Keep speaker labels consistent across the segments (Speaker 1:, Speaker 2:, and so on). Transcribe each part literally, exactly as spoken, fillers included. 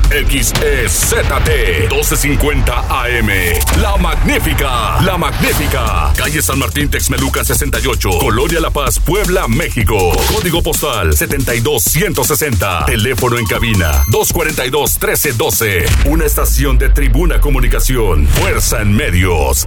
Speaker 1: X E Z T doce cincuenta A M. La Magnífica, La Magnífica. Calle San Martín Texmelucan sesenta y ocho, Colonia La Paz, Puebla, México. Código postal setenta y dos ciento sesenta. Teléfono en cabina dos cuarenta y dos trece doce. Una estación de Tribuna Comunicación. Fuerza en medios.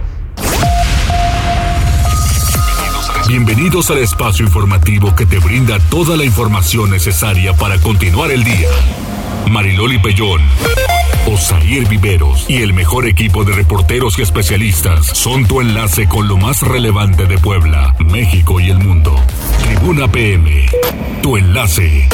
Speaker 1: Bienvenidos al espacio informativo que te brinda toda la información necesaria para continuar el día. Mariloli Pellón, Osair Viveros y el mejor equipo de reporteros y especialistas son tu enlace con lo más relevante de Puebla, México y el mundo. Tribuna P M, tu enlace.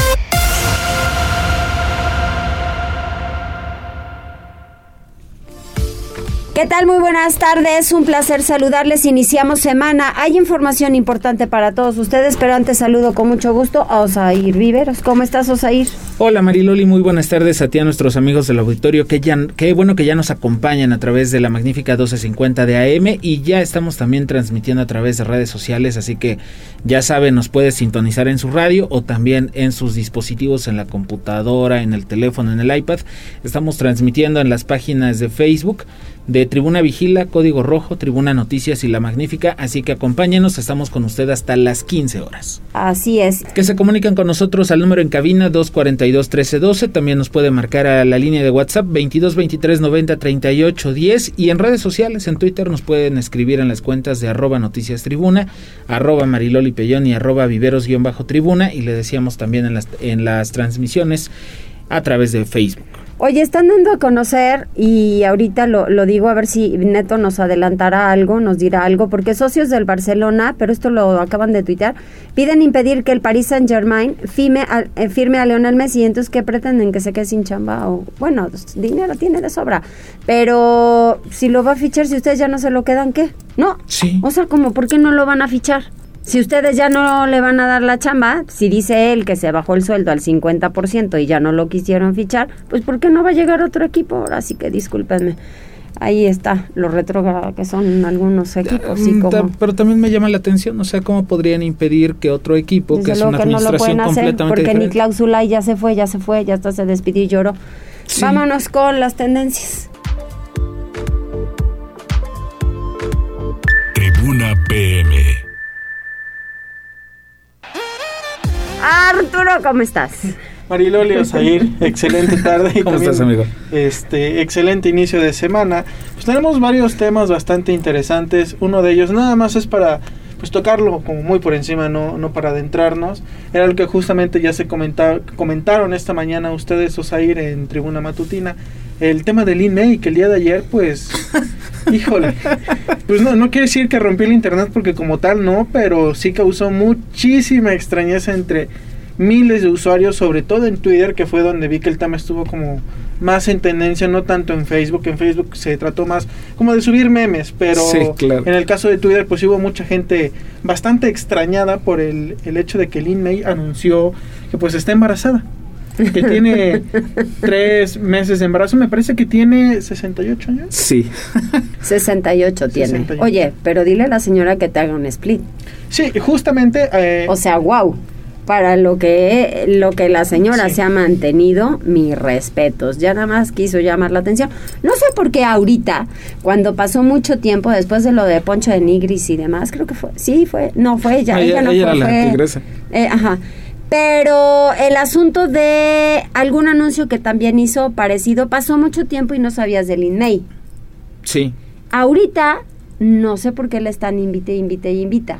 Speaker 2: ¿Qué tal? Muy buenas tardes, un placer saludarles. Iniciamos semana. Hay información importante para todos ustedes, pero antes saludo con mucho gusto a Osair Viveros. ¿Cómo estás, Osair?
Speaker 3: Hola, Mariloli, muy buenas tardes a ti, a nuestros amigos del auditorio. Qué, ya, qué bueno que ya nos acompañan a través de la Magnífica doce cincuenta de A M y ya estamos también transmitiendo a través de redes sociales, así que ya saben, nos puede sintonizar en su radio o también en sus dispositivos, en la computadora, en el teléfono, en el iPad. Estamos transmitiendo en las páginas de Facebook de Tribuna Vigila, Código Rojo, Tribuna Noticias y La Magnífica, así que acompáñenos, estamos con usted hasta las quince horas.
Speaker 2: Así es.
Speaker 3: Que se comunican con nosotros al número en cabina dos cuarenta y dos trece doce, también nos puede marcar a la línea de WhatsApp veintidós veintitrés noventa treinta y ocho diez y en redes sociales, en Twitter nos pueden escribir en las cuentas de arroba noticias tribuna, arroba Mariloli Pellón y arroba viveros guión bajo tribuna, y le decíamos también en las, en las transmisiones a través de Facebook.
Speaker 2: Oye, están dando a conocer, y ahorita lo, lo digo a ver si Neto nos adelantará algo, nos dirá algo, porque socios del Barcelona, pero esto lo acaban de tuitear, piden impedir que el Paris Saint-Germain firme a, eh, firme a Lionel Messi. Entonces, ¿qué pretenden? ¿Que se quede sin chamba? O, bueno, dinero tiene de sobra, pero si lo va a fichar, si ustedes ya no se lo quedan, ¿qué? No,
Speaker 3: sí.
Speaker 2: O sea, ¿cómo? ¿Por qué no lo van a fichar? Si ustedes ya no le van a dar la chamba, si dice él que se bajó el sueldo al cincuenta por ciento y ya no lo quisieron fichar, pues ¿por qué no va a llegar otro equipo? Ahora sí que discúlpenme. Ahí está, lo retrógrado que son algunos equipos. Sí, como...
Speaker 3: Pero también me llama la atención, o sea, ¿cómo podrían impedir que otro equipo,
Speaker 2: Desde
Speaker 3: que es una
Speaker 2: que
Speaker 3: administración
Speaker 2: no lo pueden hacer,
Speaker 3: completamente
Speaker 2: porque
Speaker 3: diferente?
Speaker 2: ni cláusula y ya se fue, ya se fue, ya hasta se despidió y lloró. Sí. Vámonos con las tendencias.
Speaker 1: Tribuna P M.
Speaker 2: Arturo, ¿cómo estás?
Speaker 4: Mariloli, Osair, excelente tarde. Y
Speaker 3: ¿Cómo
Speaker 4: también,
Speaker 3: estás, amigo?
Speaker 4: Este, excelente inicio de semana. Pues tenemos varios temas bastante interesantes. Uno de ellos nada más es para pues tocarlo como muy por encima, no, no para adentrarnos. Era lo que justamente ya se comenta, comentaron esta mañana ustedes, Osair, en Tribuna Matutina. El tema del I N E I, que el día de ayer, pues, híjole, pues no, no quiere decir que rompió el internet porque como tal no, pero sí causó muchísima extrañeza entre miles de usuarios, sobre todo en Twitter, que fue donde vi que el tema estuvo como más en tendencia, no tanto en Facebook. En Facebook se trató más como de subir memes, pero
Speaker 3: sí, claro.
Speaker 4: En el caso de Twitter, pues hubo mucha gente bastante extrañada por el, el hecho de que el I N E I anunció que pues está embarazada. Que tiene tres meses de embarazo, me parece que tiene sesenta y ocho años.
Speaker 3: Sí.
Speaker 2: sesenta y ocho tiene. sesenta y ocho. Oye, pero dile a la señora que te haga un split.
Speaker 4: Sí, justamente. Eh,
Speaker 2: o sea, wow. Para lo que lo que la señora sí. se ha mantenido, mis respetos. Ya nada más quiso llamar la atención. No sé por qué ahorita, cuando pasó mucho tiempo después de lo de Poncho de Nigris y demás, creo que fue. Sí, fue. No, fue ella.
Speaker 3: Ella,
Speaker 2: ella no
Speaker 3: ella
Speaker 2: fue.
Speaker 3: Era
Speaker 2: fue
Speaker 3: la tigresa.
Speaker 2: Eh, ajá. Pero el asunto de algún anuncio que también hizo parecido, pasó mucho tiempo y no sabías del I N E I.
Speaker 3: Sí.
Speaker 2: Ahorita, no sé por qué le están invite, invite y invita.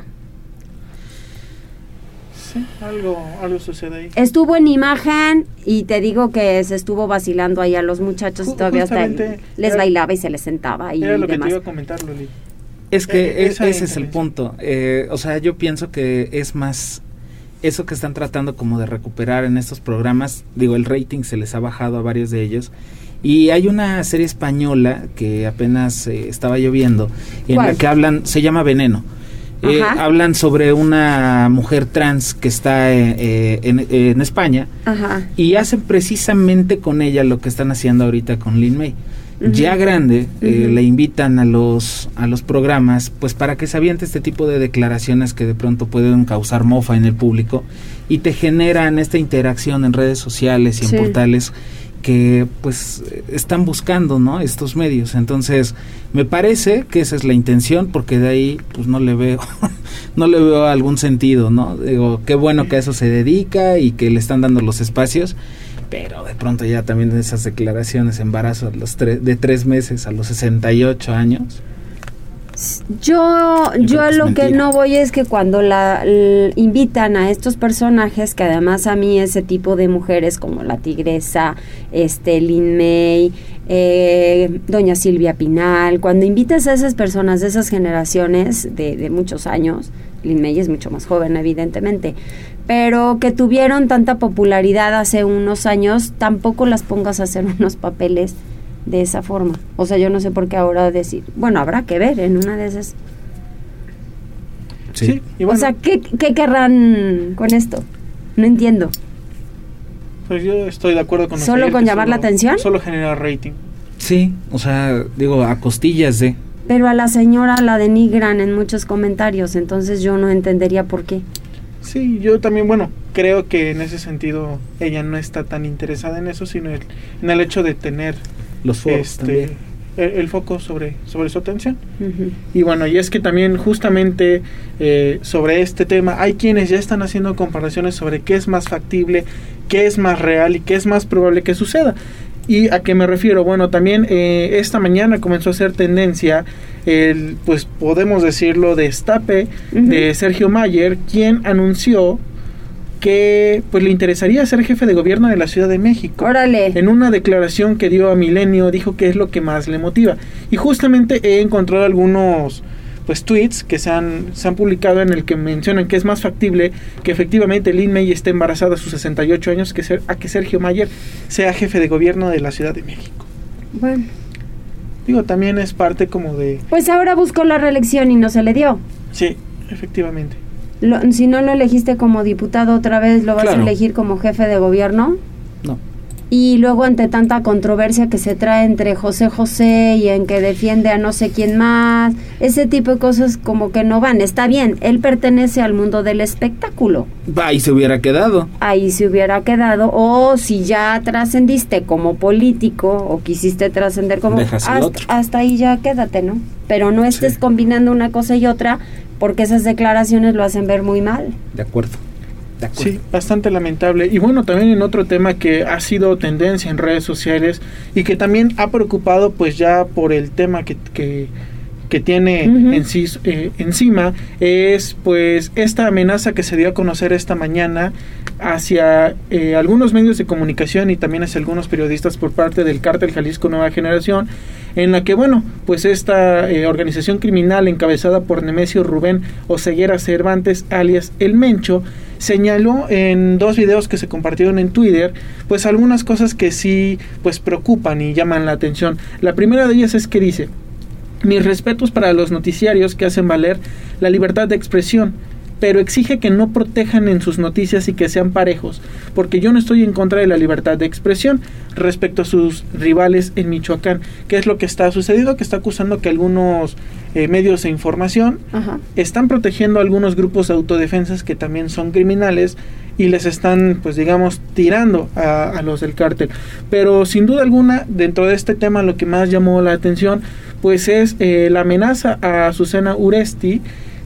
Speaker 4: Sí, algo, algo sucede ahí.
Speaker 2: Estuvo en imagen y te digo que se estuvo vacilando ahí a los muchachos y todavía hasta les era, bailaba y se les sentaba y
Speaker 4: era lo
Speaker 2: demás.
Speaker 4: que te iba a comentar, Loli.
Speaker 3: Es que eh, es, ese es el punto. Eh, o sea, yo pienso que es más eso que están tratando como de recuperar en estos programas. Digo, el rating se les ha bajado a varios de ellos. Y hay una serie española que apenas eh, estaba yo viendo, en ¿Cuál? La que hablan, se llama Veneno. Eh, hablan sobre una mujer trans que está eh, en, en España. Ajá. Y hacen precisamente con ella lo que están haciendo ahorita con Lin May. Uh-huh. Ya grande, eh, uh-huh. le invitan a los a los programas pues para que se aviente este tipo de declaraciones que de pronto pueden causar mofa en el público y te generan esta interacción en redes sociales y en sí. portales que pues están buscando, ¿no?, estos medios. Entonces me parece que esa es la intención, porque de ahí pues no le veo no le veo algún sentido, ¿no? Digo, qué bueno que a eso se dedica y que le están dando los espacios, pero de pronto ya también esas declaraciones, embarazo a los tre- de tres meses a los sesenta y ocho años.
Speaker 2: Yo, yo, yo a lo mentira. que no voy es que cuando la, la invitan a estos personajes, que además a mí ese tipo de mujeres como la Tigresa, este Lin May, eh, doña Silvia Pinal, cuando invitas a esas personas de esas generaciones de, de muchos años, Lin May es mucho más joven evidentemente, pero que tuvieron tanta popularidad hace unos años, tampoco las pongas a hacer unos papeles de esa forma. O sea, yo no sé por qué ahora decir, bueno, habrá que ver en una de esas.
Speaker 3: Sí.
Speaker 4: Y bueno,
Speaker 2: o sea, ¿qué, ¿qué querrán con esto? No entiendo.
Speaker 4: Pues yo estoy de acuerdo con
Speaker 2: ¿Solo con llamar
Speaker 4: solo,
Speaker 2: la atención?
Speaker 4: Solo generar rating.
Speaker 3: Sí, o sea, digo, a costillas de...
Speaker 2: Pero a la señora la denigran en muchos comentarios, entonces yo no entendería por qué.
Speaker 4: Sí, yo también, bueno, creo que en ese sentido ella no está tan interesada en eso, sino el, en el hecho de tener
Speaker 3: los foros
Speaker 4: este, el, el foco sobre, sobre su atención.
Speaker 2: Uh-huh.
Speaker 4: Y bueno, y es que también justamente eh, sobre este tema hay quienes ya están haciendo comparaciones sobre qué es más factible, qué es más real y qué es más probable que suceda. ¿Y a qué me refiero? Bueno, también eh, esta mañana comenzó a ser tendencia el, pues podemos decirlo, destape uh-huh. de Sergio Mayer, quien anunció que pues le interesaría ser jefe de gobierno de la Ciudad de México.
Speaker 2: ¡Órale!
Speaker 4: En una declaración que dio a Milenio dijo que es lo que más le motiva. Y justamente he encontrado algunos pues tweets que se han, se han publicado en el que mencionan que es más factible que efectivamente Lin May esté embarazada a sus sesenta y ocho años que ser, a que Sergio Mayer sea jefe de gobierno de la Ciudad de México.
Speaker 2: Bueno.
Speaker 4: Digo, también es parte como de...
Speaker 2: Pues ahora buscó la reelección y no se le dio.
Speaker 4: Sí, efectivamente.
Speaker 2: Lo, si no lo elegiste como diputado otra vez, ¿lo vas
Speaker 3: claro.
Speaker 2: a elegir como jefe de gobierno?
Speaker 3: No.
Speaker 2: Y luego ante tanta controversia que se trae entre José José y en que defiende a no sé quién más, ese tipo de cosas como que no van. Está bien, él pertenece al mundo del espectáculo.
Speaker 3: Ahí se hubiera quedado.
Speaker 2: Ahí se hubiera quedado. O si ya trascendiste como político o quisiste trascender como... Hasta, hasta ahí ya quédate, ¿no? Pero no estés sí. combinando una cosa y otra, porque esas declaraciones lo hacen ver muy mal.
Speaker 3: De acuerdo. De acuerdo.
Speaker 4: Sí, bastante lamentable. Y bueno, también en otro tema que ha sido tendencia en redes sociales y que también ha preocupado pues ya por el tema que, que, que tiene uh-huh. en sí, eh, encima, es pues esta amenaza que se dio a conocer esta mañana hacia eh, algunos medios de comunicación y también hacia algunos periodistas por parte del Cártel Jalisco Nueva Generación, en la que, bueno, pues esta eh, organización criminal encabezada por Nemesio Rubén Oseguera Cervantes, alias El Mencho, señaló en dos videos que se compartieron en Twitter, pues algunas cosas que sí, pues preocupan y llaman la atención. La primera de ellas es que dice: mis respetos para los noticiarios que hacen valer la libertad de expresión, pero exige que no protejan en sus noticias y que sean parejos, porque yo no estoy en contra de la libertad de expresión respecto a sus rivales en Michoacán. ¿Qué es lo que está sucediendo? Que está acusando que algunos eh, medios de información Ajá. están protegiendo a algunos grupos de autodefensas que también son criminales y les están, pues digamos, tirando a, a los del cártel. Pero sin duda alguna, dentro de este tema, lo que más llamó la atención, pues es eh, la amenaza a Azucena Uresti,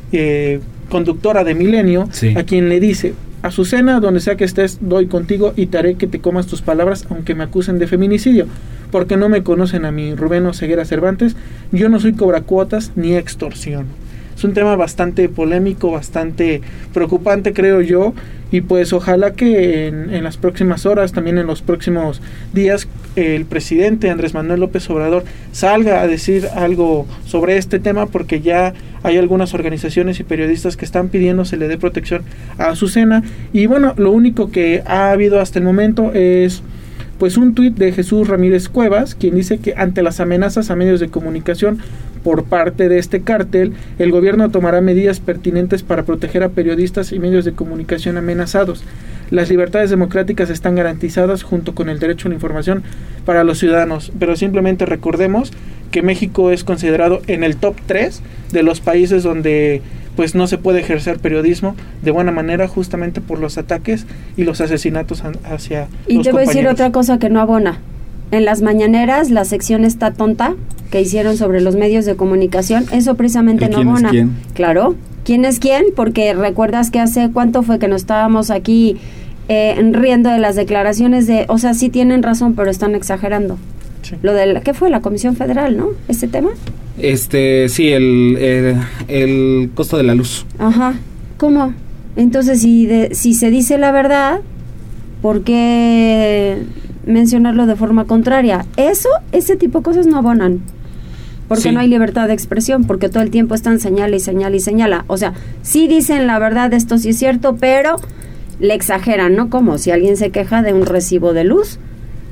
Speaker 4: eh, conductora de Milenio, sí. a quien le dice: Azucena, donde sea que estés, doy contigo y te haré que te comas tus palabras, aunque me acusen de feminicidio, porque no me conocen a mí, Rubén Oseguera Cervantes, yo no soy cobracuotas ni extorsión. Es un tema bastante polémico, bastante preocupante, creo yo, y pues ojalá que en, en las próximas horas, también en los próximos días, el presidente Andrés Manuel López Obrador salga a decir algo sobre este tema, porque ya hay algunas organizaciones y periodistas que están pidiendo se le dé protección a Azucena. Y bueno, lo único que ha habido hasta el momento es pues un tuit de Jesús Ramírez Cuevas, quien dice que ante las amenazas a medios de comunicación por parte de este cártel, el gobierno tomará medidas pertinentes para proteger a periodistas y medios de comunicación amenazados. Las libertades democráticas están garantizadas junto con el derecho a la información para los ciudadanos, pero simplemente recordemos que México es considerado en el top tres de los países donde pues no se puede ejercer periodismo de buena manera, justamente por los ataques y los asesinatos hacia
Speaker 2: y
Speaker 4: los
Speaker 2: te voy a decir
Speaker 4: compañeros.
Speaker 2: otra cosa que no abona. en las mañaneras, la sección Está Tonta, que hicieron sobre los medios de comunicación, eso precisamente no abona.
Speaker 3: ¿Quién es quién?
Speaker 2: Claro, ¿quién es quién? Porque recuerdas que hace cuánto fue que nos estábamos aquí eh, riendo de las declaraciones de, o sea, sí tienen razón, pero están exagerando. Sí. Lo de, ¿qué fue? La Comisión Federal, ¿no? ¿Este tema?
Speaker 3: Este, sí, el, el, el costo de la luz.
Speaker 2: Ajá, ¿cómo? Entonces, si, de, si se dice la verdad, ¿por qué mencionarlo de forma contraria? Eso, ese tipo de cosas no abonan. Porque sí. No hay libertad de expresión, porque todo el tiempo están señala y señala y señala. O sea, sí dicen la verdad, esto sí es cierto, pero le exageran, ¿no? Como si alguien se queja de un recibo de luz.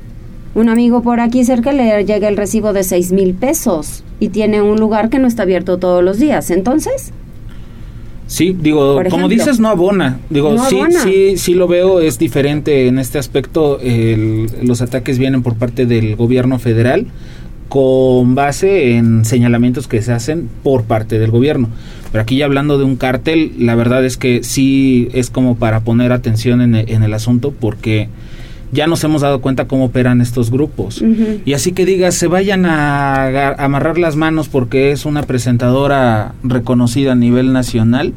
Speaker 2: Un amigo por aquí cerca le llega el recibo de seis mil pesos y tiene un lugar que no está abierto todos los días. Entonces...
Speaker 3: Sí, digo, ejemplo, como dices, no abona. Digo, no sí, abona. sí, sí lo veo, es diferente en este aspecto. El, los ataques vienen por parte del gobierno federal con base en señalamientos que se hacen por parte del gobierno. Pero aquí ya hablando de un cártel, la verdad es que sí es como para poner atención en el, en el asunto, porque ya nos hemos dado cuenta cómo operan estos grupos. Uh-huh. Y así que digas, se vayan a, a amarrar las manos porque es una presentadora reconocida a nivel nacional,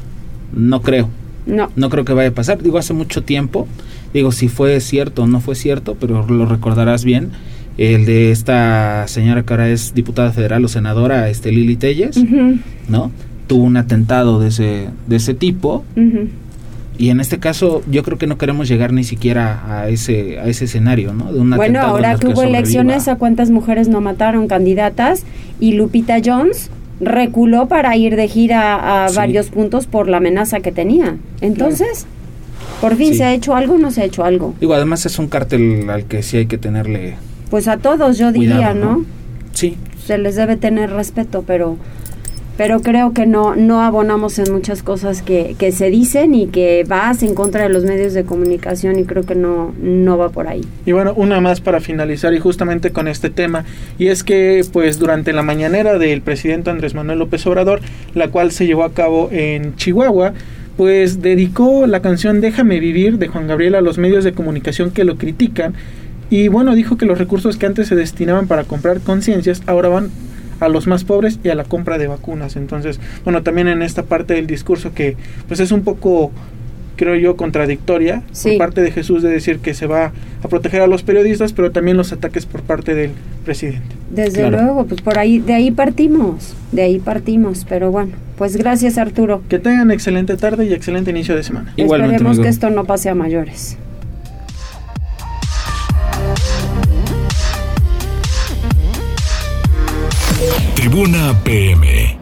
Speaker 3: no creo. No. No creo que vaya a pasar. Digo, hace mucho tiempo, digo, si fue cierto o no fue cierto, pero lo recordarás bien, el de esta señora que ahora es diputada federal o senadora, este Lili Telles, uh-huh. ¿no? Tuvo un atentado de ese, de ese tipo. Uh-huh. Y en este caso yo creo que no queremos llegar ni siquiera a ese a ese escenario, ¿no? De un
Speaker 2: bueno, ahora que, que hubo sobreviva. Elecciones, ¿a cuántas mujeres no mataron candidatas? Y Lupita Jones reculó para ir de gira a sí. varios puntos por la amenaza que tenía. Entonces, claro. por fin sí. ¿se ha hecho algo o no se ha hecho algo?
Speaker 3: Digo, además es un cártel al que sí hay que tenerle...
Speaker 2: Pues a todos yo diría, cuidado, ¿no? ¿no?
Speaker 3: Sí.
Speaker 2: Se les debe tener respeto, pero... pero creo que no no abonamos en muchas cosas que, que se dicen y que vas en contra de los medios de comunicación, y creo que no no va por ahí.
Speaker 4: Y bueno, una más para finalizar y justamente con este tema, y es que pues durante la mañanera del presidente Andrés Manuel López Obrador, la cual se llevó a cabo en Chihuahua, pues dedicó la canción Déjame Vivir de Juan Gabriel a los medios de comunicación que lo critican, y bueno, dijo que los recursos que antes se destinaban para comprar conciencias ahora van a los más pobres y a la compra de vacunas. Entonces, bueno, también en esta parte del discurso que pues es un poco, creo yo, contradictoria sí. por parte de Jesús, de decir que se va a proteger a los periodistas, pero también los ataques por parte del presidente.
Speaker 2: Desde claro. luego, pues por ahí, de ahí partimos, de ahí partimos, pero bueno, pues gracias, Arturo.
Speaker 4: Que tengan excelente tarde y excelente inicio de semana.
Speaker 2: Igualmente, esperemos amigo. Que esto no pase a mayores.
Speaker 1: Tribuna P M.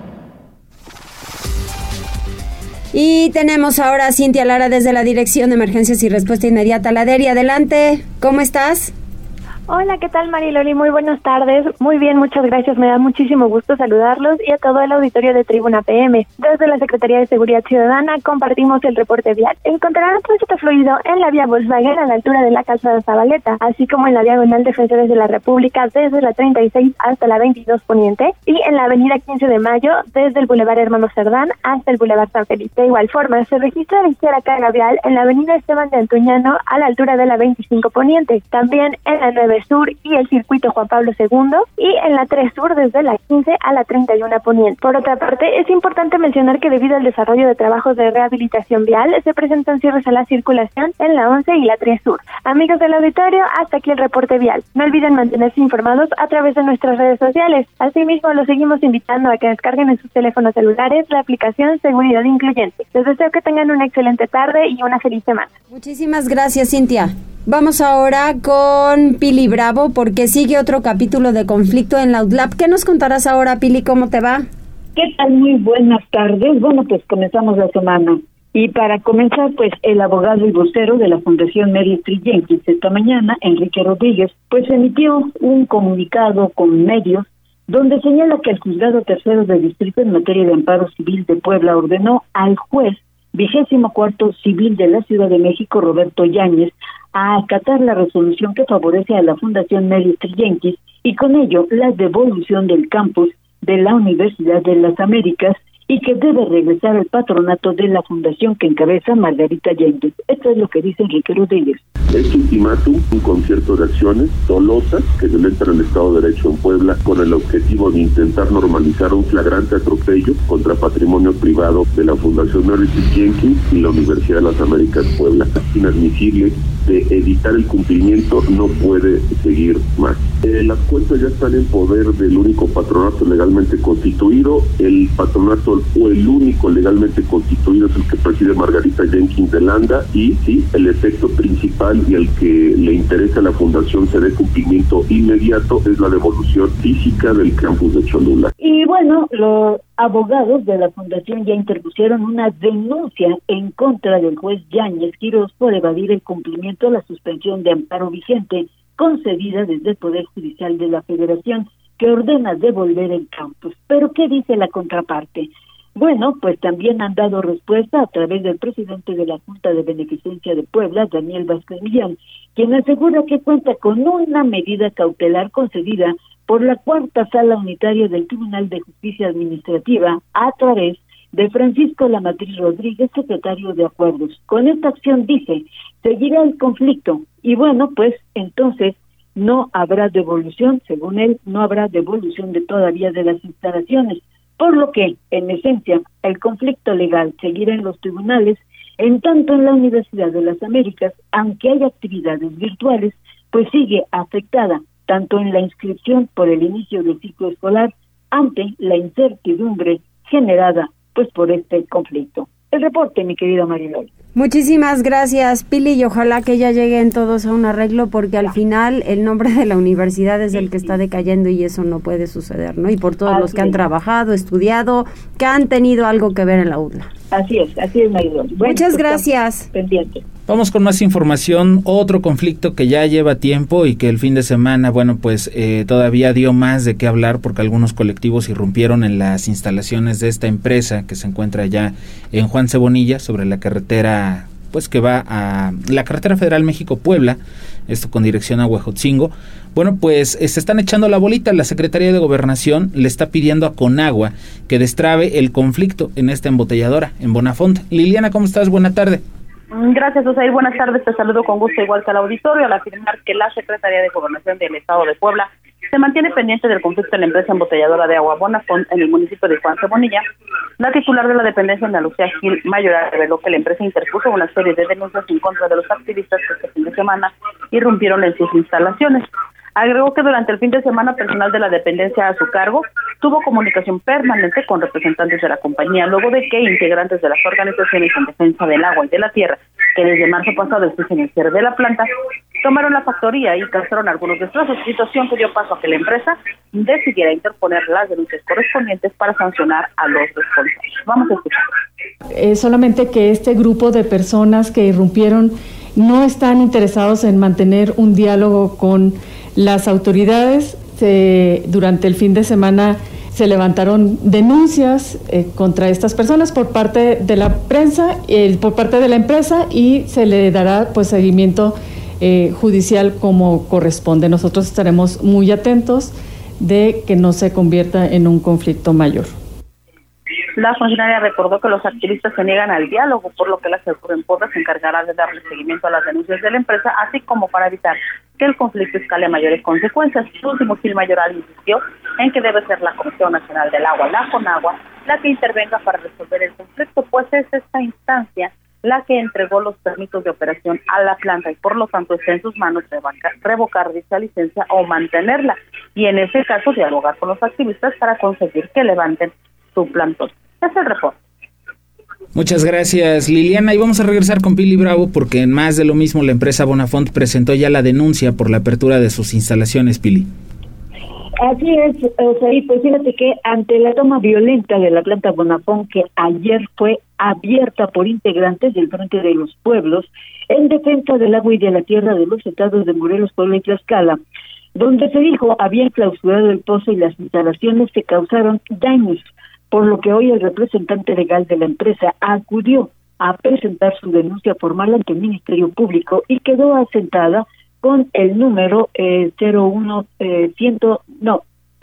Speaker 2: Y tenemos ahora a Cintia Lara desde la Dirección de Emergencias y Respuesta Inmediata. Laderi, adelante, ¿cómo estás?
Speaker 5: Hola, ¿qué tal, Mariloli? Muy buenas tardes. Muy bien, muchas gracias. Me da muchísimo gusto saludarlos y a todo el auditorio de Tribuna P M. Desde la Secretaría de Seguridad Ciudadana compartimos el reporte vial. Encontrarán tránsito fluido en la vía Volkswagen a la altura de la calzada Zabaleta, así como en la diagonal Defensores de la República desde la treinta y seis hasta la veintidós Poniente, y en la avenida quince de mayo desde el Boulevard Hermano Cerdán hasta el Boulevard San Felipe. De igual forma, se registra ligera carga vial en la avenida Esteban de Antuñano a la altura de la veinticinco Poniente, también en la nueve Sur y el circuito Juan Pablo segundo, y en la tres Sur desde la quince a la treinta y uno Poniente. Por otra parte, es importante mencionar que debido al desarrollo de trabajos de rehabilitación vial, se presentan cierres a la circulación en la once y la tres Sur. Amigos del auditorio, hasta aquí el reporte vial. No olviden mantenerse informados a través de nuestras redes sociales. Asimismo, los seguimos invitando a que descarguen en sus teléfonos celulares la aplicación Seguridad Incluyente. Les deseo que tengan una excelente tarde y una feliz semana.
Speaker 2: Muchísimas gracias, Cintia. Vamos ahora con Pili Bravo, porque sigue otro capítulo de conflicto en la U D L A P. ¿Qué nos contarás ahora, Pili? ¿Cómo te va?
Speaker 6: ¿Qué tal? Muy buenas tardes. Bueno, pues comenzamos la semana. Y para comenzar, pues el abogado y vocero de la Fundación Mary Street Jenkins esta mañana, Enrique Rodríguez, pues emitió un comunicado con medios donde señala que el juzgado tercero del distrito en materia de amparo civil de Puebla ordenó al juez vigésimo cuarto civil de la Ciudad de México, Roberto Yáñez, a acatar la resolución que favorece a la Fundación Mary Street Jenkins y con ello la devolución del campus de la Universidad de las Américas y que debe regresar al patronato de la fundación que encabeza Margarita Jenkins. Esto es lo que dice Enrique Rodríguez.
Speaker 7: Este ultimátum, un concierto de acciones dolosas que violentan el Estado de Derecho en Puebla con el objetivo de intentar normalizar un flagrante atropello contra patrimonio privado de la Fundación Mary Jenkins y la Universidad de las Américas Puebla. Inadmisible, de evitar el cumplimiento no puede seguir más. Eh, las cuentas ya están en poder del único patronato legalmente constituido. El patronato o el único legalmente constituido es el que preside Margarita Jenkins de Landa, y sí, el efecto principal y el que le interesa a la fundación se dé cumplimiento inmediato es la devolución física del campus de Cholula.
Speaker 6: Y bueno, los abogados de la fundación ya interpusieron una denuncia en contra del juez Yáñez Quirós por evadir el cumplimiento de la suspensión de amparo vigente concedida desde el Poder Judicial de la Federación, que ordena devolver el campus. ¿Pero qué dice la contraparte? Bueno, pues también han dado respuesta a través del presidente de la Junta de Beneficencia de Puebla, Daniel Vázquez Millán, quien asegura que cuenta con una medida cautelar concedida por la Cuarta Sala Unitaria del Tribunal de Justicia Administrativa a través de Francisco Lamatriz Rodríguez, secretario de Acuerdos. Con esta acción, dice, seguirá el conflicto y bueno, pues entonces no habrá devolución, según él, no habrá devolución de todavía de las instalaciones, por lo que, en esencia, el conflicto legal seguirá en los tribunales, en tanto en la Universidad de las Américas, aunque hay actividades virtuales, pues sigue afectada tanto en la inscripción por el inicio del ciclo escolar ante la incertidumbre generada pues por este conflicto. El reporte, mi querida Marilol.
Speaker 2: Muchísimas gracias, Pili, y ojalá que ya lleguen todos a un arreglo, porque al final el nombre de la universidad es el que está decayendo y eso no puede suceder, ¿no? Y por todos así los que han trabajado, estudiado, que han tenido algo que ver en la U D L A.
Speaker 6: Así es, así es, Marilol. Bueno,
Speaker 2: muchas
Speaker 6: pues
Speaker 2: gracias.
Speaker 6: Pendiente.
Speaker 3: Vamos con más información. Otro conflicto que ya lleva tiempo y que el fin de semana, bueno, pues eh, todavía dio más de qué hablar porque algunos colectivos irrumpieron en las instalaciones de esta empresa que se encuentra allá en Juan Cebonilla, sobre la carretera, pues que va a la carretera federal México-Puebla, esto con dirección a Huejotzingo. Bueno, pues eh, se están echando la bolita. La Secretaría de Gobernación le está pidiendo a Conagua que destrabe el conflicto en esta embotelladora, en Bonafont. Liliana, ¿cómo estás? Buena tarde.
Speaker 8: Gracias, Osair. Buenas tardes. Te saludo con gusto, igual que al auditorio, al afirmar que la Secretaría de Gobernación del Estado de Puebla se mantiene pendiente del conflicto en la empresa embotelladora de agua Bonafont en el municipio de Juan Cebonilla. La titular de la dependencia, Ana Lucía Gil Mayoral, reveló que la empresa interpuso una serie de denuncias en contra de los activistas que este fin de semana irrumpieron en sus instalaciones. Agregó que durante el fin de semana personal de la dependencia a su cargo tuvo comunicación permanente con representantes de la compañía, luego de que integrantes de las organizaciones en defensa del agua y de la tierra, que desde marzo pasado exigen el cierre de la planta, tomaron la factoría y causaron algunos destrozos, situación que dio paso a que la empresa decidiera interponer las denuncias correspondientes para sancionar a los responsables. Vamos a escuchar.
Speaker 9: Eh, solamente que este grupo de personas que irrumpieron no están interesados en mantener un diálogo con las autoridades. Se, durante el fin de semana se levantaron denuncias eh, contra estas personas por parte de la prensa, eh, por parte de la empresa, y se le dará pues seguimiento eh, judicial como corresponde. Nosotros estaremos muy atentos de que no se convierta en un conflicto mayor.
Speaker 8: La funcionaria recordó que los activistas se niegan al diálogo, por lo que la Secretaría en Puebla se encargará de darle seguimiento a las denuncias de la empresa, así como para evitar que el conflicto escale a mayores consecuencias. Por último, Gil Mayoral insistió en que debe ser la Comisión Nacional del Agua, la CONAGUA, la que intervenga para resolver el conflicto, pues es esta instancia la que entregó los permisos de operación a la planta y por lo tanto está en sus manos revocar, revocar dicha licencia o mantenerla, y en ese caso dialogar con los activistas para conseguir que levanten su plantón. Es el reporte.
Speaker 3: Muchas gracias, Liliana, y vamos a regresar con Pili Bravo porque en más de lo mismo la empresa Bonafont presentó ya la denuncia por la apertura de sus instalaciones, Pili.
Speaker 6: Así es, o sea, y pues fíjate que ante la toma violenta de la planta Bonafont, que ayer fue abierta por integrantes del Frente de los Pueblos en defensa del agua y de la tierra de los estados de Morelos, Puebla y Tlaxcala, donde se dijo habían clausurado el pozo y las instalaciones que causaron daños, por lo que hoy el representante legal de la empresa acudió a presentar su denuncia formal ante el Ministerio Público y quedó asentada con el número eh, cero uno, eh, cien, no,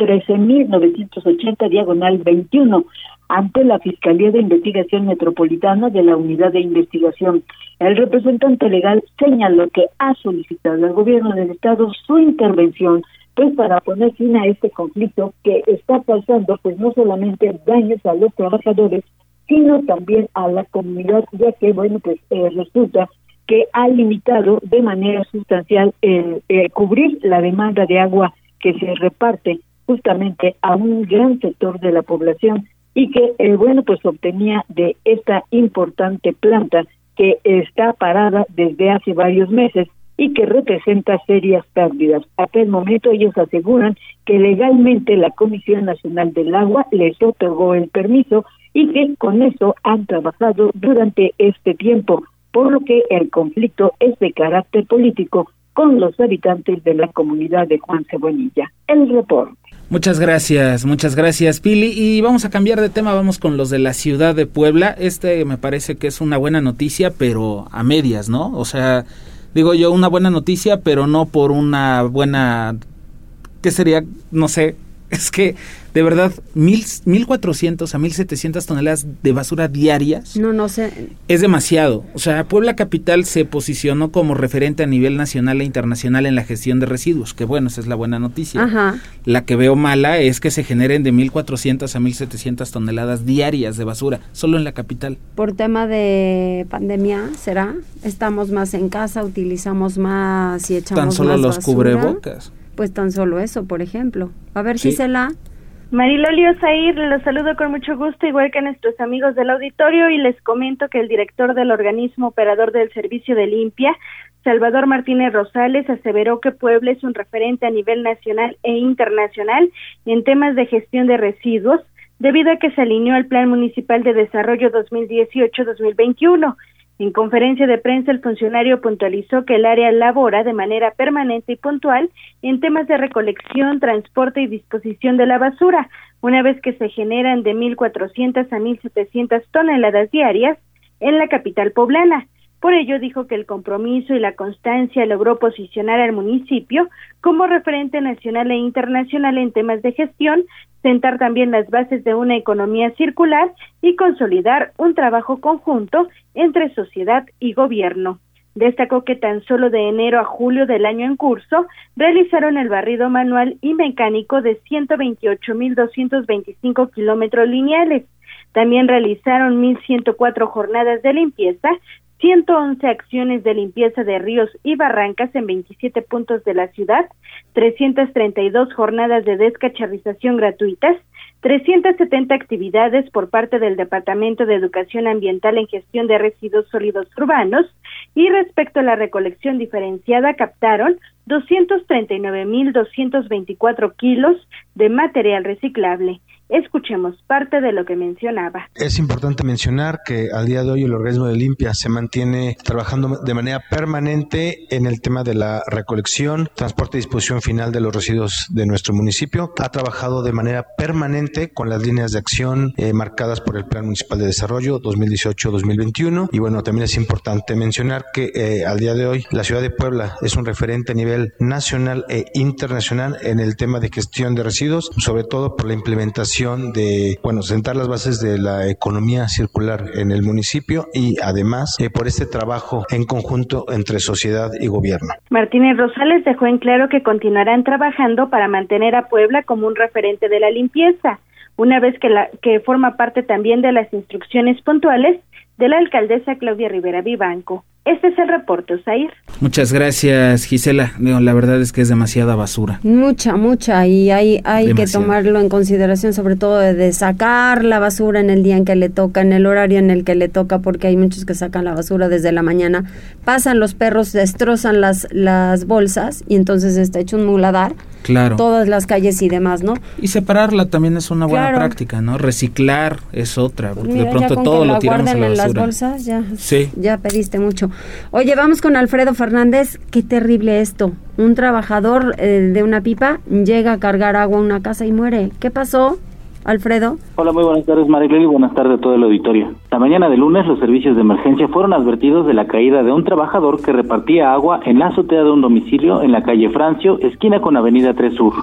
Speaker 6: trece mil novecientos ochenta diagonal veintiuno ante la Fiscalía de Investigación Metropolitana de la Unidad de Investigación. El representante legal señaló que ha solicitado al gobierno del estado su intervención pues para poner fin a este conflicto que está causando pues no solamente daños a los trabajadores, sino también a la comunidad, ya que bueno pues eh, resulta que ha limitado de manera sustancial el eh, cubrir la demanda de agua que se reparte justamente a un gran sector de la población y que eh, bueno pues obtenía de esta importante planta que está parada desde hace varios meses y que representa serias pérdidas. Hasta el momento ellos aseguran que legalmente la Comisión Nacional del Agua les otorgó el permiso y que con eso han trabajado durante este tiempo, por lo que el conflicto es de carácter político con los habitantes de la comunidad de Juan Cebonilla. El reporte.
Speaker 3: Muchas gracias, muchas gracias, Pili. Y vamos a cambiar de tema, vamos con los de la ciudad de Puebla. Este me parece que es una buena noticia, pero a medias, ¿no? O sea, digo yo, una buena noticia, pero no por una buena... ¿Qué sería? No sé. Es que, de verdad, mil, mil cuatrocientos a mil setecientas toneladas de basura diarias.
Speaker 2: No, no sé.
Speaker 3: Es demasiado. O sea, Puebla Capital se posicionó como referente a nivel nacional e internacional en la gestión de residuos. Que bueno, esa es la buena noticia.
Speaker 2: Ajá.
Speaker 3: La que veo mala es que se generen de mil cuatrocientas a mil setecientas toneladas diarias de basura, solo en la capital.
Speaker 2: Por tema de pandemia, ¿será? Estamos más en casa, utilizamos más y echamos
Speaker 3: Tan solo
Speaker 2: más
Speaker 3: los
Speaker 2: basura.
Speaker 3: cubrebocas.
Speaker 2: Pues tan solo eso, por ejemplo. A ver,
Speaker 3: Sí.
Speaker 2: Gisela.
Speaker 5: Mariloli Osair, los saludo con mucho gusto, igual que a nuestros amigos del auditorio, y les comento que el director del organismo operador del servicio de limpia, Salvador Martínez Rosales, aseveró que Puebla es un referente a nivel nacional e internacional en temas de gestión de residuos, debido a que se alineó al Plan Municipal de Desarrollo dos mil dieciocho a dos mil veintiuno. En conferencia de prensa, el funcionario puntualizó que el área labora de manera permanente y puntual en temas de recolección, transporte y disposición de la basura, una vez que se generan de mil cuatrocientas a mil setecientas toneladas diarias en la capital poblana. Por ello, dijo que el compromiso y la constancia logró posicionar al municipio como referente nacional e internacional en temas de gestión, sentar también las bases de una economía circular y consolidar un trabajo conjunto entre sociedad y gobierno. Destacó que tan solo de enero a julio del año en curso realizaron el barrido manual y mecánico de ciento veintiocho mil doscientos veinticinco kilómetros lineales. También realizaron mil ciento cuatro jornadas de limpieza, ciento once acciones de limpieza de ríos y barrancas en veintisiete puntos de la ciudad, trescientas treinta y dos jornadas de descacharrización gratuitas, trescientas setenta actividades por parte del Departamento de Educación Ambiental en Gestión de Residuos Sólidos Urbanos, y respecto a la recolección diferenciada captaron doscientos treinta y nueve mil doscientos veinticuatro kilos de material reciclable. Escuchemos parte de lo que mencionaba.
Speaker 10: Es importante mencionar que al día de hoy el organismo de limpia se mantiene trabajando de manera permanente en el tema de la recolección, transporte y disposición final de los residuos de nuestro municipio. Ha trabajado de manera permanente con las líneas de acción eh, marcadas por el Plan Municipal de Desarrollo dos mil dieciocho a dos mil veintiuno. Y bueno, también es importante mencionar que eh, al día de hoy la ciudad de Puebla es un referente a nivel nacional e internacional en el tema de gestión de residuos, sobre todo por la implementación de, bueno, sentar las bases de la economía circular en el municipio y además eh, por este trabajo en conjunto entre sociedad y gobierno.
Speaker 5: Martínez Rosales dejó en claro que continuarán trabajando para mantener a Puebla como un referente de la limpieza, una vez que, la, que forma parte también de las instrucciones puntuales de la alcaldesa Claudia Rivera Vivanco. Este es el reporte, Osair.
Speaker 3: Muchas gracias, Gisela. Digo, la verdad es que es demasiada basura.
Speaker 2: Mucha, mucha, y hay, hay que tomarlo en consideración, sobre todo de, de sacar la basura en el día en que le toca, en el horario en el que le toca, porque hay muchos que sacan la basura desde la mañana, pasan los perros, destrozan las, las bolsas, y entonces está hecho un muladar.
Speaker 3: Claro.
Speaker 2: Todas las calles y demás, ¿no?
Speaker 3: Y separarla también es una buena
Speaker 2: claro.
Speaker 3: práctica, ¿no? Reciclar es otra, porque
Speaker 2: Mira,
Speaker 3: de pronto todo lo tiramos a la basura.
Speaker 2: En las bolsas, ya,
Speaker 3: sí.
Speaker 2: ya pediste mucho. Oye, vamos con Alfredo Fernández. Qué terrible esto. Un trabajador eh, de una pipa llega a cargar agua a una casa y muere. ¿Qué pasó, Alfredo?
Speaker 11: Hola, muy buenas tardes, Maricel, y buenas tardes a todo el auditorio. La mañana de lunes, los servicios de emergencia fueron advertidos de la caída de un trabajador que repartía agua en la azotea de un domicilio en la calle Francio, esquina con Avenida tres Sur.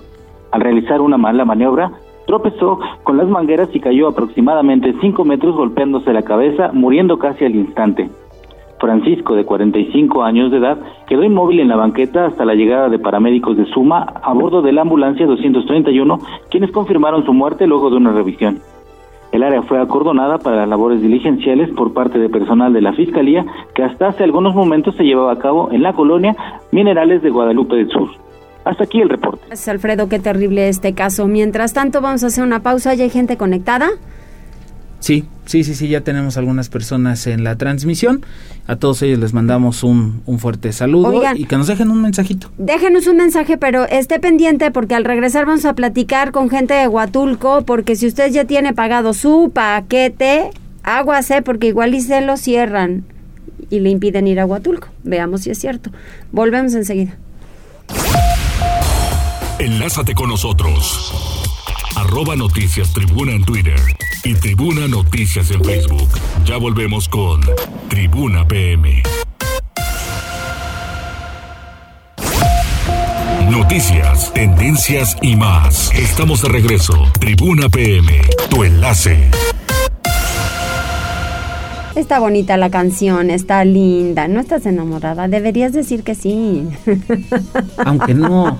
Speaker 11: Al realizar una mala maniobra, tropezó con las mangueras y cayó aproximadamente cinco metros golpeándose la cabeza, muriendo casi al instante. Francisco, de cuarenta y cinco años de edad, quedó inmóvil en la banqueta hasta la llegada de paramédicos de Suma a bordo de la ambulancia doscientos treinta y uno, quienes confirmaron su muerte luego de una revisión. El área fue acordonada para las labores diligenciales por parte de personal de la Fiscalía, que hasta hace algunos momentos se llevaba a cabo en la colonia Minerales de Guadalupe del Sur. Hasta aquí el reporte.
Speaker 2: Gracias, Alfredo, qué terrible este caso. Mientras tanto, vamos a hacer una pausa. ¿Ya hay gente conectada?
Speaker 3: Sí, sí, sí, sí, ya tenemos algunas personas en la transmisión. A todos ellos les mandamos un, un fuerte saludo. Oigan, y que nos dejen un mensajito.
Speaker 2: Déjenos un mensaje, pero esté pendiente porque al regresar vamos a platicar con gente de Huatulco, porque si usted ya tiene pagado su paquete, aguas, porque igual y se lo cierran y le impiden ir a Huatulco. Veamos si es cierto. Volvemos enseguida.
Speaker 1: Enlázate con nosotros. Arroba Noticias Tribuna en Twitter y Tribuna Noticias en Facebook. Ya volvemos con Tribuna P M. Noticias, tendencias y más. Estamos de regreso. Tribuna P M, tu enlace.
Speaker 2: Está bonita la canción, está linda. ¿No estás enamorada? Deberías decir que sí.
Speaker 3: Aunque no.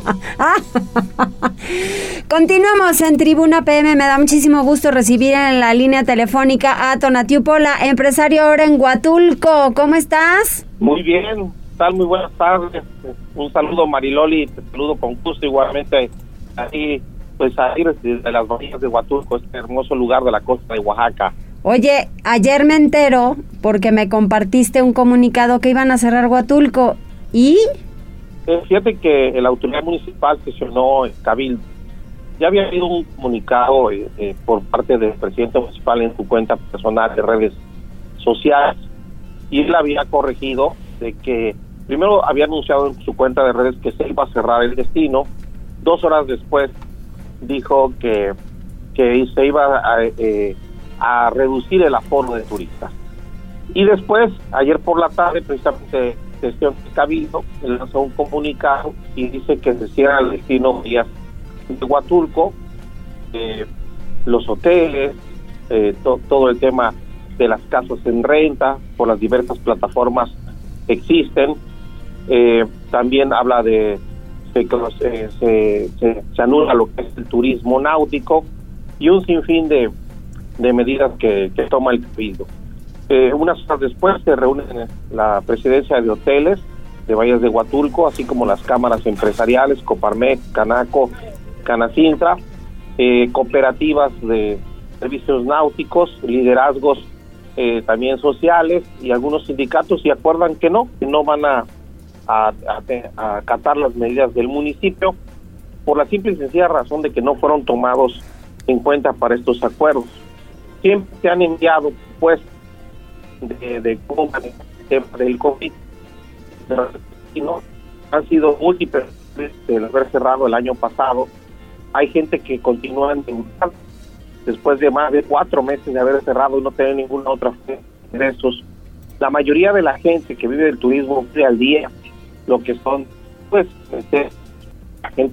Speaker 2: Continuamos en Tribuna P M. Me da muchísimo gusto recibir en la línea telefónica a Tonatiu Pola, empresario ahora en Huatulco. ¿Cómo estás?
Speaker 12: Muy bien, tal, muy buenas tardes. Un saludo, Mariloli, te saludo con gusto igualmente. Ahí, pues ahí de las bahías de Huatulco, este hermoso lugar de la costa de Oaxaca.
Speaker 2: Oye, ayer me entero porque me compartiste un comunicado que iban a cerrar Huatulco. ¿Y?
Speaker 12: Eh, fíjate que la autoridad municipal sesionó el cabildo. Ya había habido un comunicado eh, eh, por parte del presidente municipal en su cuenta personal de redes sociales, y él había corregido de que primero había anunciado en su cuenta de redes que se iba a cerrar el destino. Dos horas después dijo que, que se iba a... Eh, a reducir el aforo de turistas. Y después, ayer por la tarde, precisamente, gestión de Cabildo lanzó un comunicado y dice que se cierra el destino días de Huatulco, eh, los hoteles, eh, to, todo el tema de las casas en renta, por las diversas plataformas que existen. Eh, también habla de que se, se, se, se anula lo que es el turismo náutico y un sinfín de de medidas que, que toma el Cabildo. Eh, unas horas después se reúnen la presidencia de hoteles de Bahías de Huatulco, así como las cámaras empresariales, Coparmex, Canaco, Canacintra, eh, cooperativas de servicios náuticos, liderazgos eh, también sociales y algunos sindicatos, y acuerdan que no, que no van a, a, a, a acatar las medidas del municipio por la simple y sencilla razón de que no fueron tomados en cuenta para estos acuerdos. Siempre se han enviado pues de, de cómo manejar el tema del COVID, y no han sido múltiples de haber cerrado el año pasado. Hay gente que continúa endeudando después de más de cuatro meses de haber cerrado y no tener ninguna otra fuente de ingresos. La mayoría de la gente que vive del turismo vive al día, lo que son pues agentes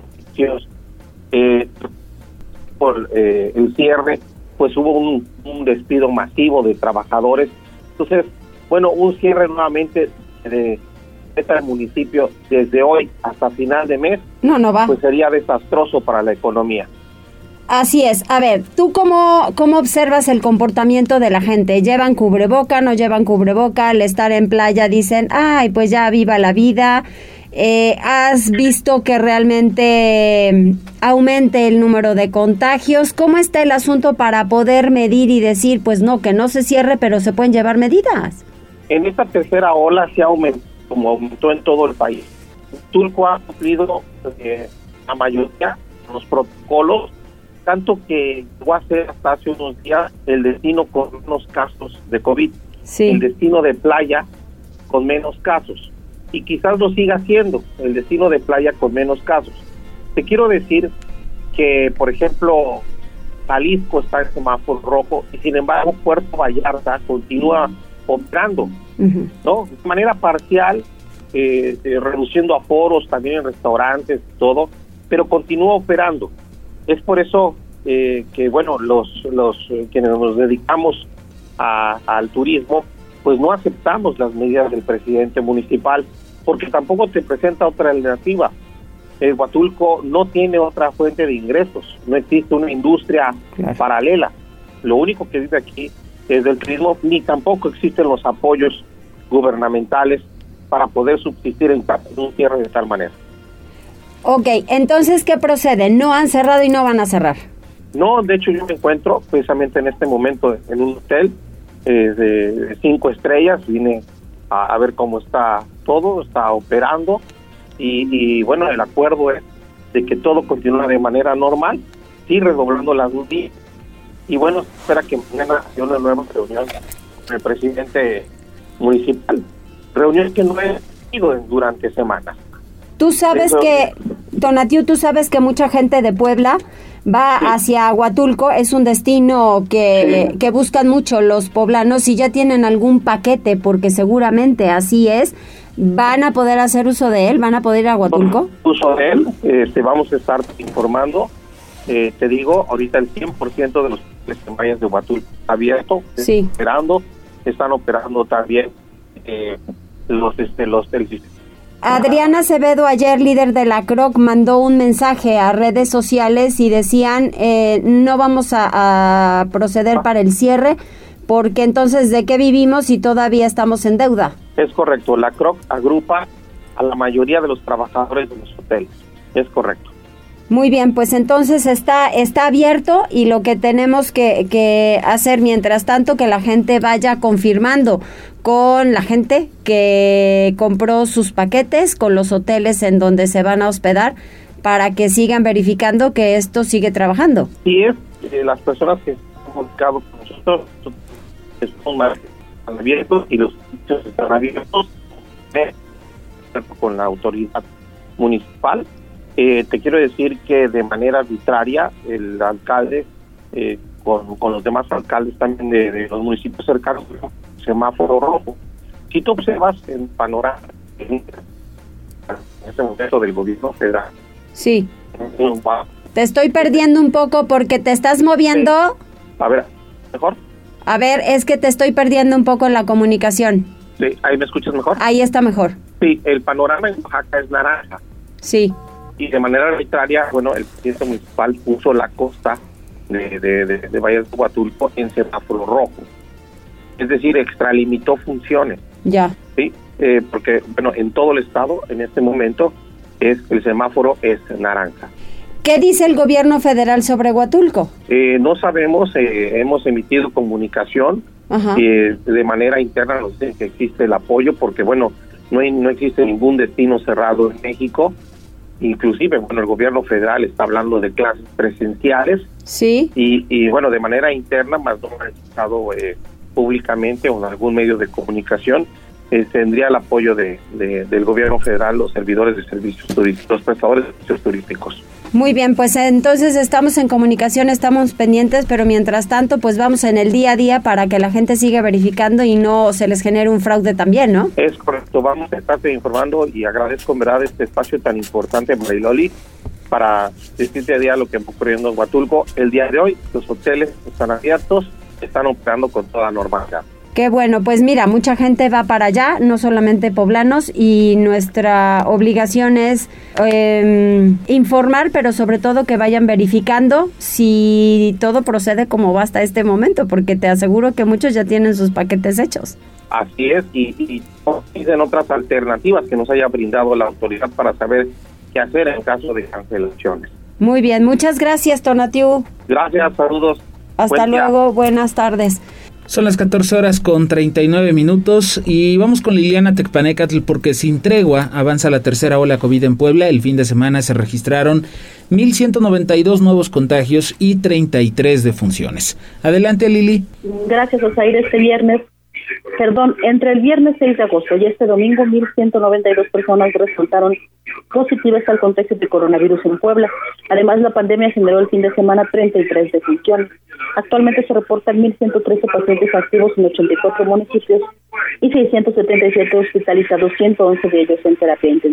Speaker 12: eh, por eh, el cierre, pues hubo un, un despido masivo de trabajadores. Entonces, bueno, un cierre nuevamente de este municipio desde hoy hasta final de mes,
Speaker 2: no, no va.
Speaker 12: Pues sería desastroso para la economía.
Speaker 2: Así es. A ver, ¿tú cómo, cómo observas el comportamiento de la gente? ¿Llevan cubreboca, no llevan cubreboca? Al estar en playa dicen, ay, pues ya viva la vida. Eh, ¿Has visto que realmente aumente el número de contagios? ¿Cómo está el asunto para poder medir y decir, pues no, que no se cierre, pero se pueden llevar medidas?
Speaker 12: En esta tercera ola se aumentó, como aumentó en todo el país. Tulco ha cumplido eh, la mayoría de los protocolos, tanto que llegó a ser hasta hace unos días el destino con menos casos de COVID,
Speaker 2: sí.
Speaker 12: El destino de playa con menos casos. Y quizás lo siga siendo, el destino de playa con menos casos. Te quiero decir que, por ejemplo, Jalisco está en semáforo rojo y sin embargo Puerto Vallarta continúa operando, uh-huh. ¿no? De manera parcial, eh, eh, reduciendo aforos también en restaurantes y todo, pero continúa operando. Es por eso eh, que, bueno, los, los eh, quienes nos dedicamos a, al turismo, pues no aceptamos las medidas del presidente municipal, porque tampoco te presenta otra alternativa. El Huatulco no tiene otra fuente de ingresos, no existe una industria claro. paralela. Lo único que vive aquí es del turismo, ni tampoco existen los apoyos gubernamentales para poder subsistir en un cierre de tal manera.
Speaker 2: Ok, entonces, ¿qué procede? ¿No han cerrado y no van a cerrar?
Speaker 12: No, de hecho yo me encuentro precisamente en este momento en un hotel eh, de, de cinco estrellas, vine a, a ver cómo está todo, está operando, y, y bueno, el acuerdo es de que todo continúa de manera normal, sí redoblando las medidas, y bueno, espera que mañana haya una nueva reunión con el presidente municipal, reunión que no he tenido durante semanas.
Speaker 2: Tú sabes Eso, que, Tonatiu, tú sabes que mucha gente de Puebla va sí. hacia Huatulco, es un destino que, sí. que buscan mucho los poblanos, y ya tienen algún paquete, porque seguramente así es, ¿van a poder hacer uso de él? ¿Van a poder ir a Huatulco?
Speaker 12: Uso de él, eh, te vamos a estar informando, eh, te digo, ahorita el cien por ciento de los mayas de Huatulco está abierto,
Speaker 2: sí.
Speaker 12: están operando, están operando también eh, los, este, los del sistema.
Speaker 2: Adriana Acevedo, ayer líder de la C R O C, mandó un mensaje a redes sociales y decían eh, no vamos a, a proceder para el cierre, porque entonces ¿de qué vivimos si todavía estamos en deuda?
Speaker 12: Es correcto, la C R O C agrupa a la mayoría de los trabajadores de los hoteles, es correcto.
Speaker 2: Muy bien, pues entonces está está abierto, y lo que tenemos que, que hacer mientras tanto, que la gente vaya confirmando con la gente que compró sus paquetes, con los hoteles en donde se van a hospedar, para que sigan verificando que esto sigue trabajando.
Speaker 12: Sí, es eh, las personas que han comunicado con nosotros son más abiertos, y los servicios están abiertos eh, con la autoridad municipal. Eh, te quiero decir que de manera arbitraria el alcalde eh, con, con los demás alcaldes también de, de los municipios cercanos, semáforo rojo. Si tú observas el panorama en este momento del gobierno federal,
Speaker 2: sí, te estoy perdiendo un poco porque te estás moviendo.
Speaker 12: Sí. A ver, mejor.
Speaker 2: A ver, es que te estoy perdiendo un poco en la comunicación.
Speaker 12: Sí, ahí me escuchas mejor.
Speaker 2: Ahí está mejor.
Speaker 12: Sí, el panorama en Oaxaca es naranja.
Speaker 2: Sí.
Speaker 12: Y de manera arbitraria, bueno, el presidente municipal puso la costa de, de, de, de Valle de Huatulco en semáforo rojo. Es decir, extralimitó funciones.
Speaker 2: Ya.
Speaker 12: Sí, eh, porque, bueno, en todo el estado, en este momento, es el semáforo es naranja.
Speaker 2: ¿Qué dice el gobierno federal sobre Huatulco?
Speaker 12: Eh, no sabemos, eh, hemos emitido comunicación. Eh, de manera interna nos dicen que existe el apoyo, porque, bueno, no, hay, no existe ningún destino cerrado en México. Inclusive, bueno, el gobierno federal está hablando de clases presenciales.
Speaker 2: Sí.
Speaker 12: Y, y bueno, de manera interna, más no manifestado eh, públicamente o en algún medio de comunicación, eh, tendría el apoyo de, de, del gobierno federal, los servidores de servicios turísticos, los prestadores de servicios turísticos.
Speaker 2: Muy bien, pues entonces estamos en comunicación, estamos pendientes, pero mientras tanto, pues vamos en el día a día para que la gente siga verificando y no se les genere un fraude también, ¿no?
Speaker 12: Es correcto, vamos a estarte informando, y agradezco en verdad este espacio tan importante, Mariloli, para decirte a día lo que está ocurriendo en Huatulco. El día de hoy los hoteles están abiertos, están operando con toda normalidad.
Speaker 2: Qué bueno, pues mira, mucha gente va para allá, no solamente poblanos, y nuestra obligación es eh, informar, pero sobre todo que vayan verificando si todo procede como va hasta este momento, porque te aseguro que muchos ya tienen sus paquetes hechos.
Speaker 12: Así es, y, y dicen otras alternativas que nos haya brindado la autoridad para saber qué hacer en caso de cancelaciones.
Speaker 2: Muy bien, muchas gracias, Tonatiu.
Speaker 12: Gracias, saludos.
Speaker 2: Hasta luego, buenas tardes.
Speaker 3: Son las catorce horas con treinta y nueve minutos y vamos con Liliana Tecpanecatl, porque sin tregua avanza la tercera ola COVID en Puebla. El fin de semana se registraron mil ciento noventa y dos nuevos contagios y treinta y tres defunciones. Adelante, Lili.
Speaker 8: Gracias, Osair. Este viernes, perdón, entre el viernes seis de agosto y este domingo, mil ciento noventa y dos personas resultaron positivas al contagio de coronavirus en Puebla. Además, la pandemia generó el fin de semana treinta y tres defunciones. Actualmente se reportan mil ciento trece pacientes activos en ochenta y cuatro municipios y seiscientos setenta y siete hospitalizados, ciento once de ellos en terapia intensiva.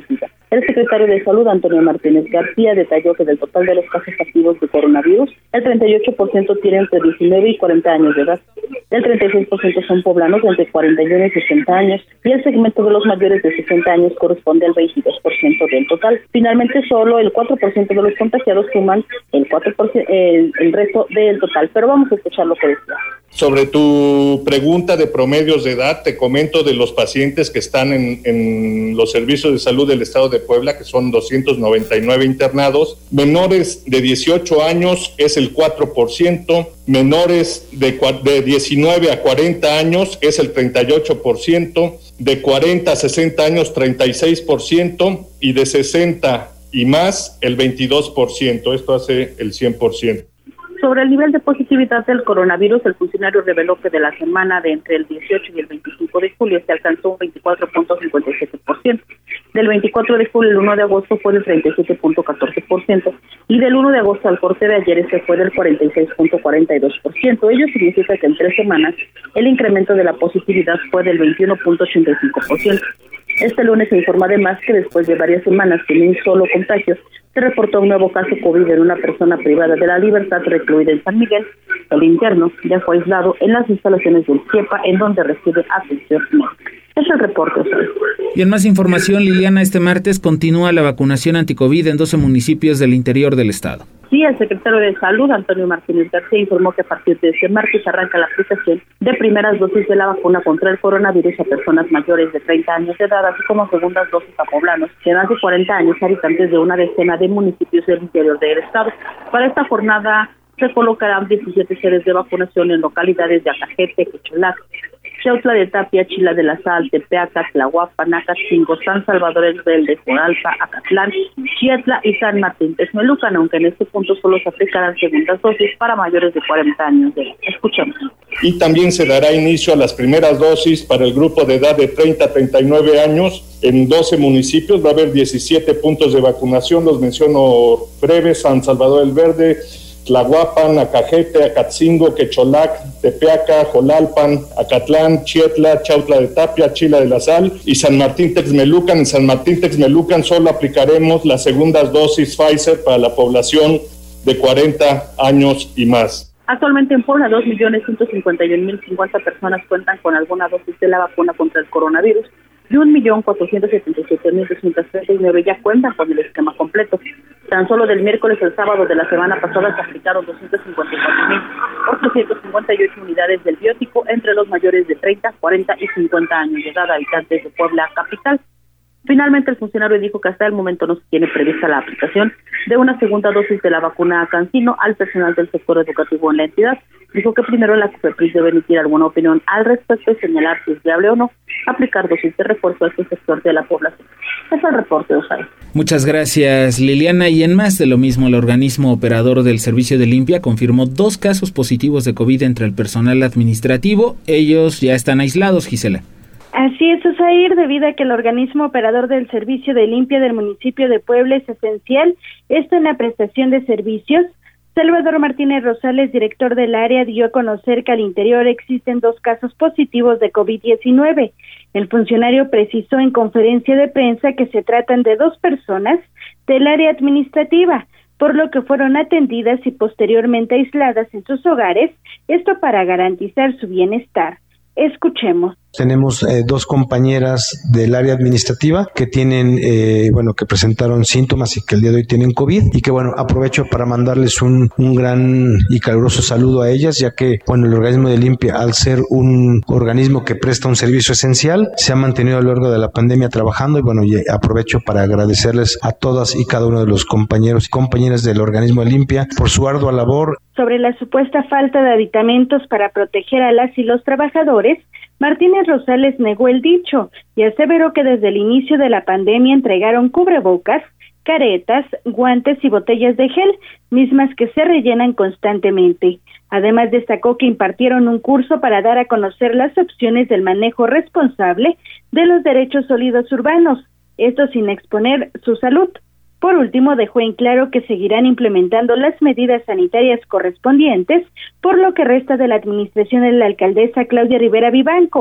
Speaker 8: El secretario de Salud, Antonio Martínez García, detalló que del total de los casos activos de coronavirus, el treinta y ocho por ciento tiene entre diecinueve y cuarenta años de edad. El treinta y seis por ciento son poblanos de entre cuarenta y uno y sesenta años, y el segmento de los mayores de sesenta años corresponde al veintidós por ciento del total. Finalmente, solo el cuatro por ciento de los contagiados suman el cuatro por ciento, el, el resto del total. Pero vamos a escuchar lo que decía.
Speaker 13: Sobre tu pregunta de promedios de edad, te comento de los pacientes que están en, en los servicios de salud del Estado de Puebla, que son doscientos noventa y nueve internados. Menores de dieciocho años es el cuatro por ciento, menores de, de diecinueve a cuarenta años es el treinta y ocho por ciento, de cuarenta a sesenta años treinta y seis por ciento y de sesenta y más el veintidós por ciento. Esto hace el cien por ciento.
Speaker 8: Sobre el nivel de positividad del coronavirus, el funcionario reveló que de la semana de entre el dieciocho y el veinticinco de julio se alcanzó un veinticuatro punto cincuenta y siete por ciento. Del veinticuatro de julio al uno de agosto fue del treinta y siete punto catorce por ciento y del uno de agosto al corte de ayer ese fue del cuarenta y seis punto cuarenta y dos por ciento. Ello significa que en tres semanas el incremento de la positividad fue del veintiuno punto ochenta y cinco por ciento. Este lunes se informa además que después de varias semanas sin un solo contagio, se reportó un nuevo caso COVID en una persona privada de la libertad recluida en San Miguel. El interno ya fue aislado en las instalaciones del CIEPA, en donde recibe atención médica. Es el reporte.
Speaker 3: Y en más información, Liliana, este martes continúa la vacunación anticovid en doce municipios del interior del estado.
Speaker 8: Sí, el secretario de Salud, Antonio Martínez García, informó que a partir de este martes arranca la aplicación de primeras dosis de la vacuna contra el coronavirus a personas mayores de treinta años de edad, así como segundas dosis a poblanos de más de cuarenta años, habitantes de una decena de municipios del interior del estado. Para esta jornada se colocarán diecisiete sedes de vacunación en localidades de Acajete, Quecholac, Chautla de Tapia, Chila de la Sal, Tepeaca, Tlahuapan, Acatzingo, San Salvador el Verde, Joralpa, Acatlán, Chietla y San Martín Texmelucan, aunque en este punto solo se aplicarán segundas dosis para mayores de cuarenta años de edad. Escuchemos.
Speaker 13: Y también se dará inicio a las primeras dosis para el grupo de edad de treinta a treinta y nueve años en doce municipios. Va a haber diecisiete puntos de vacunación, los menciono breves: San Salvador el Verde, Tlahuapan, Acajete, Acatzingo, Quecholac, Tepeaca, Jolalpan, Acatlán, Chietla, Chautla de Tapia, Chila de la Sal y San Martín Texmelucan. En San Martín Texmelucan solo aplicaremos las segundas dosis Pfizer para la población de cuarenta años y más.
Speaker 8: Actualmente en Puebla, dos millones ciento cincuenta y un mil cincuenta personas cuentan con alguna dosis de la vacuna contra el coronavirus y un millón cuatrocientos setenta y siete mil doscientos treinta y nueve ya cuentan con el esquema completo. Tan solo del miércoles al sábado de la semana pasada se aplicaron doscientos cincuenta y cuatro mil ochocientos cincuenta y ocho unidades del biótico entre los mayores de treinta, cuarenta y cincuenta años de edad, habitantes de Puebla capital. Finalmente, el funcionario dijo que hasta el momento no se tiene prevista la aplicación de una segunda dosis de la vacuna a CanSino al personal del sector educativo en la entidad. Dijo que primero la COFEPRIS debe emitir alguna opinión al respecto y señalar si es viable o no aplicar dosis de refuerzo a este sector de la población. Es el reporte, Osay.
Speaker 3: Muchas gracias, Liliana. Y en más de lo mismo, el organismo operador del Servicio de Limpia confirmó dos casos positivos de COVID entre el personal administrativo. Ellos ya están aislados, Gisela.
Speaker 14: Así es, Osair, debido a que el organismo operador del Servicio de Limpia del municipio de Puebla es esencial, esto en la prestación de servicios. Salvador Martínez Rosales, director del área, dio a conocer que al interior existen dos casos positivos de COVID diecinueve. El funcionario precisó en conferencia de prensa que se tratan de dos personas del área administrativa, por lo que fueron atendidas y posteriormente aisladas en sus hogares, esto para garantizar su bienestar. Escuchemos.
Speaker 10: Tenemos eh, dos compañeras del área administrativa que tienen, eh, bueno, que presentaron síntomas y que el día de hoy tienen COVID y que, bueno, aprovecho para mandarles un, un gran y caluroso saludo a ellas, ya que, bueno, el organismo de limpia, al ser un organismo que presta un servicio esencial, se ha mantenido a lo largo de la pandemia trabajando y, bueno, y aprovecho para agradecerles a todas y cada uno de los compañeros y compañeras del organismo de limpia por su ardua labor.
Speaker 14: Sobre la supuesta falta de aditamentos para proteger a las y los trabajadores, Martínez Rosales negó el dicho y aseveró que desde el inicio de la pandemia entregaron cubrebocas, caretas, guantes y botellas de gel, mismas que se rellenan constantemente. Además, destacó que impartieron un curso para dar a conocer las opciones del manejo responsable de los derechos sólidos urbanos, esto sin exponer su salud. Por último, dejó en claro que seguirán implementando las medidas sanitarias correspondientes por lo que resta de la administración de la alcaldesa Claudia Rivera Vivanco,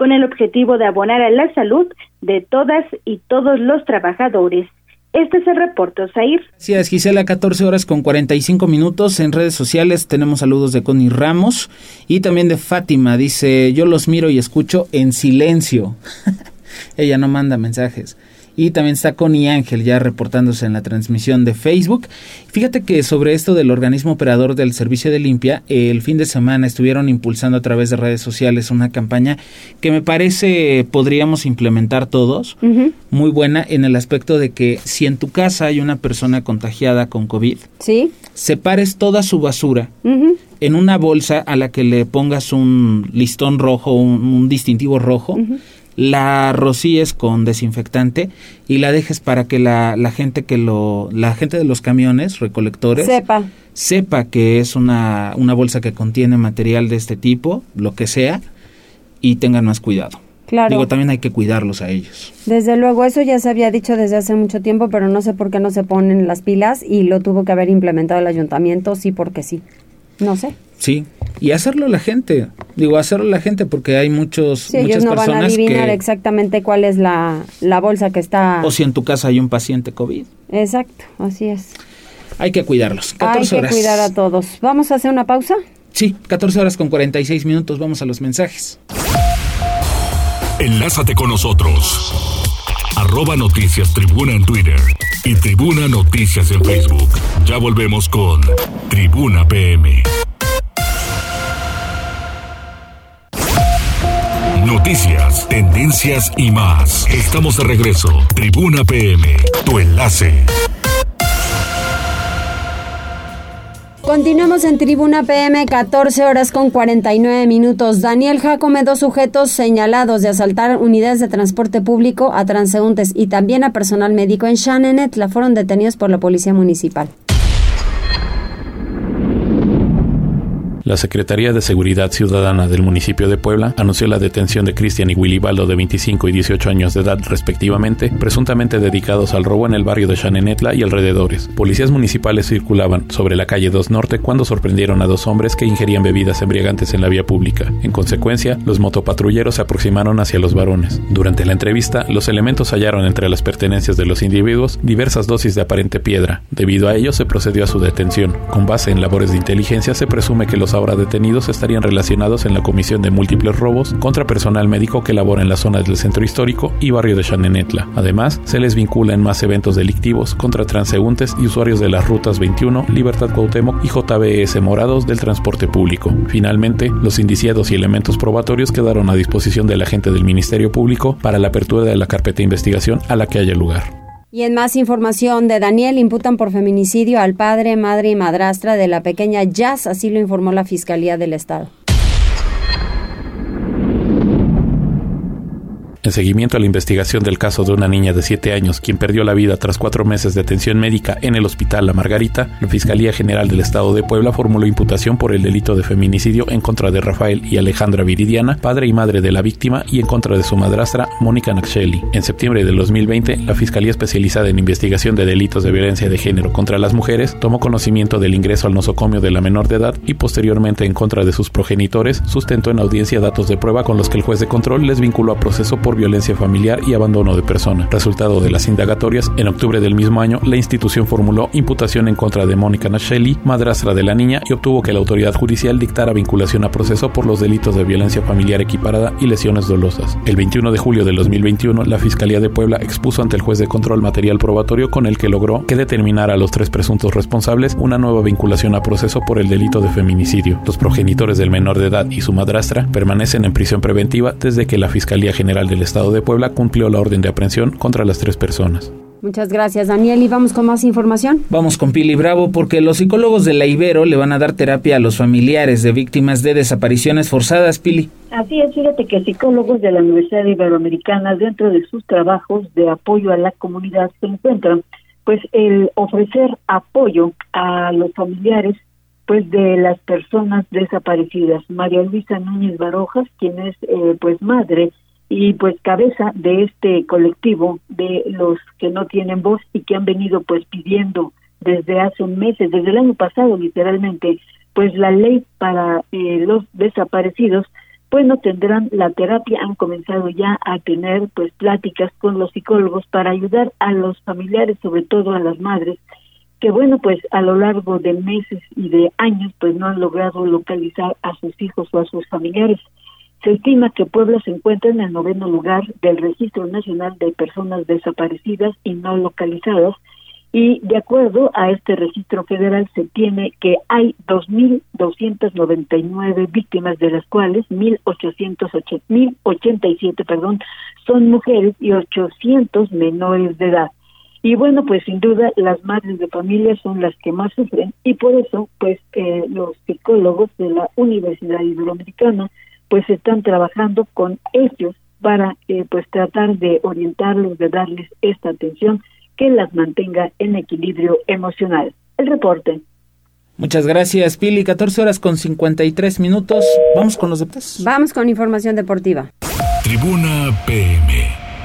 Speaker 14: con el objetivo de abonar a la salud de todas y todos los trabajadores. Este es el reporte, Osair.
Speaker 3: Sí, es Gisela, catorce horas con cuarenta y cinco minutos. En redes sociales tenemos saludos de Connie Ramos y también de Fátima. Dice, yo los miro y escucho en silencio. Ella no manda mensajes. Y también está Connie Ángel ya reportándose en la transmisión de Facebook. Fíjate que sobre esto del organismo operador del servicio de limpia, el fin de semana estuvieron impulsando a través de redes sociales una campaña que me parece podríamos implementar todos, uh-huh. muy buena en el aspecto de que si en tu casa hay una persona contagiada con COVID,
Speaker 2: ¿sí?
Speaker 3: separes toda su basura uh-huh. en una bolsa a la que le pongas un listón rojo, un, un distintivo rojo, uh-huh. la rocíes con desinfectante y la dejes para que la, la gente que lo la gente de los camiones recolectores
Speaker 2: sepa
Speaker 3: sepa que es una una bolsa que contiene material de este tipo, lo que sea, y tengan más cuidado.
Speaker 2: Claro.
Speaker 3: Digo, también hay que cuidarlos a ellos.
Speaker 2: Desde luego, eso ya se había dicho desde hace mucho tiempo, pero no sé por qué no se ponen las pilas y lo tuvo que haber implementado el ayuntamiento, sí porque sí. No sé.
Speaker 3: Sí, y hacerlo la gente, digo, hacerlo la gente porque hay muchos,
Speaker 2: sí,
Speaker 3: muchas
Speaker 2: ellos no
Speaker 3: personas
Speaker 2: van a adivinar
Speaker 3: que,
Speaker 2: exactamente cuál es la, la bolsa que está...
Speaker 3: O si en tu casa hay un paciente COVID.
Speaker 2: Exacto, así es.
Speaker 3: Hay que cuidarlos, catorce
Speaker 2: horas. Hay que
Speaker 3: horas.
Speaker 2: cuidar a todos. ¿Vamos a hacer una pausa?
Speaker 3: Sí, catorce horas con cuarenta y seis minutos, vamos a los mensajes.
Speaker 1: Enlázate con nosotros. Arroba Noticias Tribuna en Twitter y Tribuna Noticias en Facebook. Ya volvemos con Tribuna P M. Noticias, tendencias y más. Estamos de regreso. Tribuna P M, tu enlace.
Speaker 2: Continuamos en Tribuna P M, catorce horas con cuarenta y nueve minutos. Daniel Jacome, dos sujetos señalados de asaltar unidades de transporte público a transeúntes y también a personal médico en Xanenetla fueron detenidos por la Policía Municipal.
Speaker 15: La Secretaría de Seguridad Ciudadana del municipio de Puebla anunció la detención de Cristian y Willibaldo de veinticinco y dieciocho años de edad respectivamente, presuntamente dedicados al robo en el barrio de Xanenetla y alrededores. Policías municipales circulaban sobre la calle dos Norte cuando sorprendieron a dos hombres que ingerían bebidas embriagantes en la vía pública. En consecuencia, los motopatrulleros se aproximaron hacia los varones. Durante la entrevista, los elementos hallaron entre las pertenencias de los individuos diversas dosis de aparente piedra. Debido a ello, se procedió a su detención. Con base en labores de inteligencia, se presume que los ahora detenidos estarían relacionados en la comisión de múltiples robos contra personal médico que labora en la zona del centro histórico y barrio de Xanenetla. Además, se les vincula en más eventos delictivos contra transeúntes y usuarios de las rutas veintiuno, Libertad Cuauhtémoc y J B S Morados del transporte público. Finalmente, los indiciados y elementos probatorios quedaron a disposición del agente del Ministerio Público para la apertura de la carpeta de investigación a la que haya lugar.
Speaker 2: Y en más información de Daniel, imputan por feminicidio al padre, madre y madrastra de la pequeña Jazz, así lo informó la Fiscalía del Estado.
Speaker 15: En seguimiento a la investigación del caso de una niña de siete años, quien perdió la vida tras cuatro meses de atención médica en el Hospital La Margarita, la Fiscalía General del Estado de Puebla formuló imputación por el delito de feminicidio en contra de Rafael y Alejandra Viridiana, padre y madre de la víctima, y en contra de su madrastra, Mónica Naxeli. En septiembre del dos mil veinte, la Fiscalía Especializada en Investigación de Delitos de Violencia de Género contra las Mujeres tomó conocimiento del ingreso al nosocomio de la menor de edad y posteriormente, en contra de sus progenitores, sustentó en audiencia datos de prueba con los que el juez de control les vinculó a proceso por violencia familiar y abandono de persona. Resultado de las indagatorias, en octubre del mismo año, la institución formuló imputación en contra de Mónica Naxeli, madrastra de la niña, y obtuvo que la autoridad judicial dictara vinculación a proceso por los delitos de violencia familiar equiparada y lesiones dolosas. El veintiuno de julio del dos mil veintiuno, la Fiscalía de Puebla expuso ante el juez de control material probatorio con el que logró que determinara a los tres presuntos responsables una nueva vinculación a proceso por el delito de feminicidio. Los progenitores del menor de edad y su madrastra permanecen en prisión preventiva desde que la Fiscalía General del Estado de Puebla cumplió la orden de aprehensión contra las tres personas.
Speaker 2: Muchas gracias, Daniel. ¿Y vamos con más información?
Speaker 3: Vamos con Pili Bravo, porque los psicólogos de la Ibero le van a dar terapia a los familiares de víctimas de desapariciones forzadas, Pili.
Speaker 6: Así es, fíjate que psicólogos de la Universidad Iberoamericana, dentro de sus trabajos de apoyo a la comunidad, se encuentran pues el ofrecer apoyo a los familiares pues de las personas desaparecidas. María Luisa Núñez Barojas, quien es eh, pues madre y pues cabeza de este colectivo de los que no tienen voz y que han venido pues pidiendo desde hace meses, desde el año pasado literalmente, pues la ley para eh, los desaparecidos, bueno, tendrán la terapia, han comenzado ya a tener pues pláticas con los psicólogos para ayudar a los familiares, sobre todo a las madres, que bueno, pues a lo largo de meses y de años pues no han logrado localizar a sus hijos o a sus familiares. Se estima que Puebla se encuentra en el noveno lugar del Registro Nacional de Personas Desaparecidas y No Localizadas, y de acuerdo a este registro federal se tiene que hay dos mil doscientas noventa y nueve víctimas, de las cuales mil ochocientos ochenta y siete perdón, son mujeres y ochocientos menores de edad. Y bueno, pues sin duda las madres de familia son las que más sufren, y por eso pues eh, los psicólogos de la Universidad Iberoamericana pues están trabajando con ellos para eh, pues tratar de orientarlos, de darles esta atención que las mantenga en equilibrio emocional. El reporte.
Speaker 3: Muchas gracias, Pili. catorce horas con cincuenta y tres minutos. Vamos con los deportes.
Speaker 2: Vamos con información deportiva.
Speaker 1: Tribuna P M.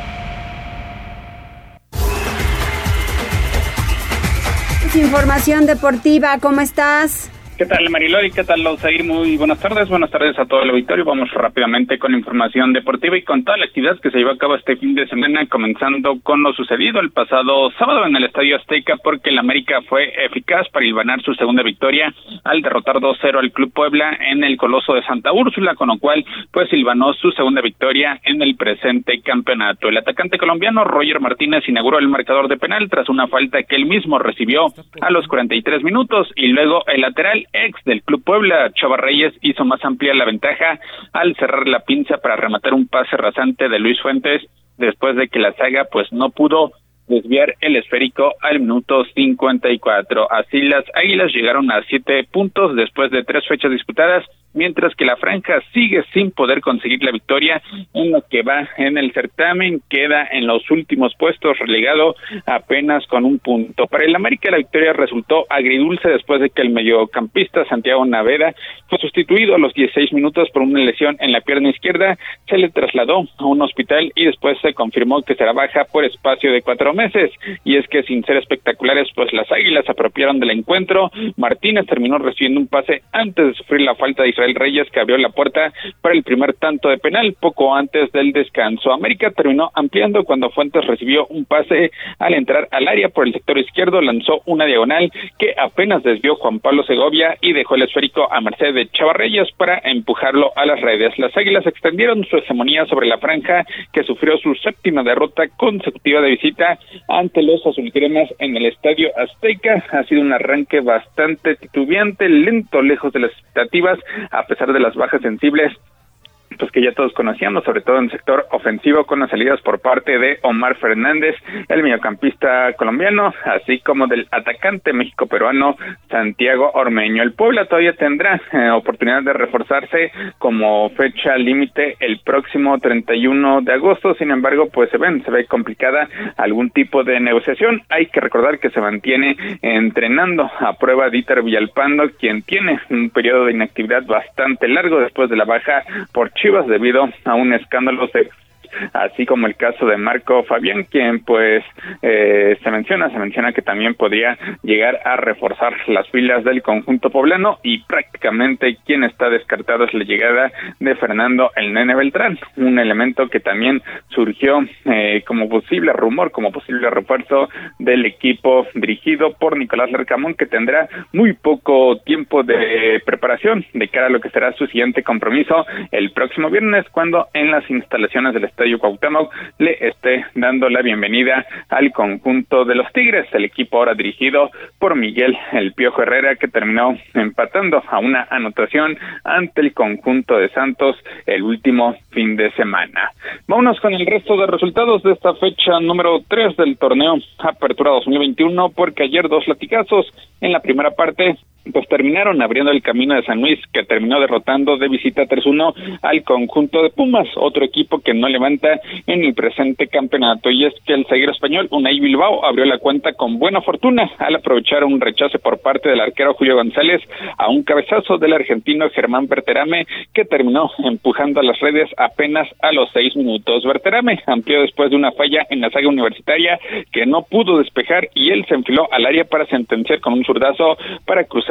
Speaker 2: Información deportiva, ¿cómo estás?
Speaker 16: ¿Qué tal, Mariloli? ¿Qué tal, Lausair? Muy buenas tardes. Buenas tardes a todo el auditorio. Vamos rápidamente con información deportiva y con toda la actividad que se llevó a cabo este fin de semana, comenzando con lo sucedido el pasado sábado en el Estadio Azteca, porque el América fue eficaz para hilvanar su segunda victoria al derrotar dos cero al Club Puebla en el Coloso de Santa Úrsula, con lo cual pues hilvanó su segunda victoria en el presente campeonato. El atacante colombiano Roger Martínez inauguró el marcador de penal tras una falta que él mismo recibió a los cuarenta y tres minutos, y luego el lateral ex del Club Puebla, Chava Reyes, hizo más amplia la ventaja al cerrar la pinza para rematar un pase rasante de Luis Fuentes, después de que la saga pues no pudo desviar el esférico al minuto cincuenta y cuatro. Así las Águilas llegaron a siete puntos después de tres fechas disputadas, mientras que la franja sigue sin poder conseguir la victoria en lo que va en el certamen. Queda en los últimos puestos, relegado apenas con un punto. Para el América la victoria resultó agridulce después de que el mediocampista Santiago Naveda fue sustituido a los dieciséis minutos por una lesión en la pierna izquierda, se le trasladó a un hospital y después se confirmó que será baja por espacio de cuatro meses. Y es que sin ser espectaculares, pues las Águilas se apropiaron del encuentro. Martínez terminó recibiendo un pase antes de sufrir la falta de Israel Reyes, que abrió la puerta para el primer tanto de penal poco antes del descanso. América terminó ampliando cuando Fuentes recibió un pase al entrar al área por el sector izquierdo, lanzó una diagonal que apenas desvió Juan Pablo Segovia y dejó el esférico a merced de Chava Reyes para empujarlo a las redes. Las Águilas extendieron su hegemonía sobre la franja, que sufrió su séptima derrota consecutiva de visita ante los azulcremas en el Estadio Azteca. Ha sido un arranque bastante titubeante, lento, lejos de las expectativas, a pesar de las bajas sensibles pues que ya todos conocíamos, sobre todo en el sector ofensivo, con las salidas por parte de Omar Fernández, el mediocampista colombiano, así como del atacante México-peruano Santiago Ormeño. El Puebla todavía tendrá eh, oportunidad de reforzarse como fecha límite el próximo treinta y uno de agosto, sin embargo, pues se ven, se ve complicada algún tipo de negociación. Hay que recordar que se mantiene entrenando a prueba Dieter Villalpando, quien tiene un periodo de inactividad bastante largo después de la baja por Chivas debido a un escándalo sexual, así como el caso de Marco Fabián, quien pues eh, se menciona, se menciona que también podría llegar a reforzar las filas del conjunto poblano, y prácticamente quien está descartado es la llegada de Fernando el Nene Beltrán, un elemento que también surgió eh, como posible rumor, como posible refuerzo del equipo dirigido por Nicolás Larcamón, que tendrá muy poco tiempo de preparación de cara a lo que será su siguiente compromiso el próximo viernes, cuando en las instalaciones del Estadio Cuauhtémoc le esté dando la bienvenida al conjunto de los Tigres, el equipo ahora dirigido por Miguel El Piojo Herrera, que terminó empatando a una anotación ante el conjunto de Santos el último fin de semana. Vámonos con el resto de resultados de esta fecha número tres del torneo Apertura dos mil veintiuno, porque ayer dos latigazos en la primera parte pues terminaron abriendo el camino de San Luis, que terminó derrotando de visita tres uno al conjunto de Pumas, otro equipo que no levanta en el presente campeonato. Y es que el zaguero español Unai Bilbao abrió la cuenta con buena fortuna al aprovechar un rechace por parte del arquero Julio González a un cabezazo del argentino Germán Berterame, que terminó empujando a las redes apenas a los seis minutos. Berterame amplió después de una falla en la zaga universitaria que no pudo despejar, y él se enfiló al área para sentenciar con un zurdazo para cruzar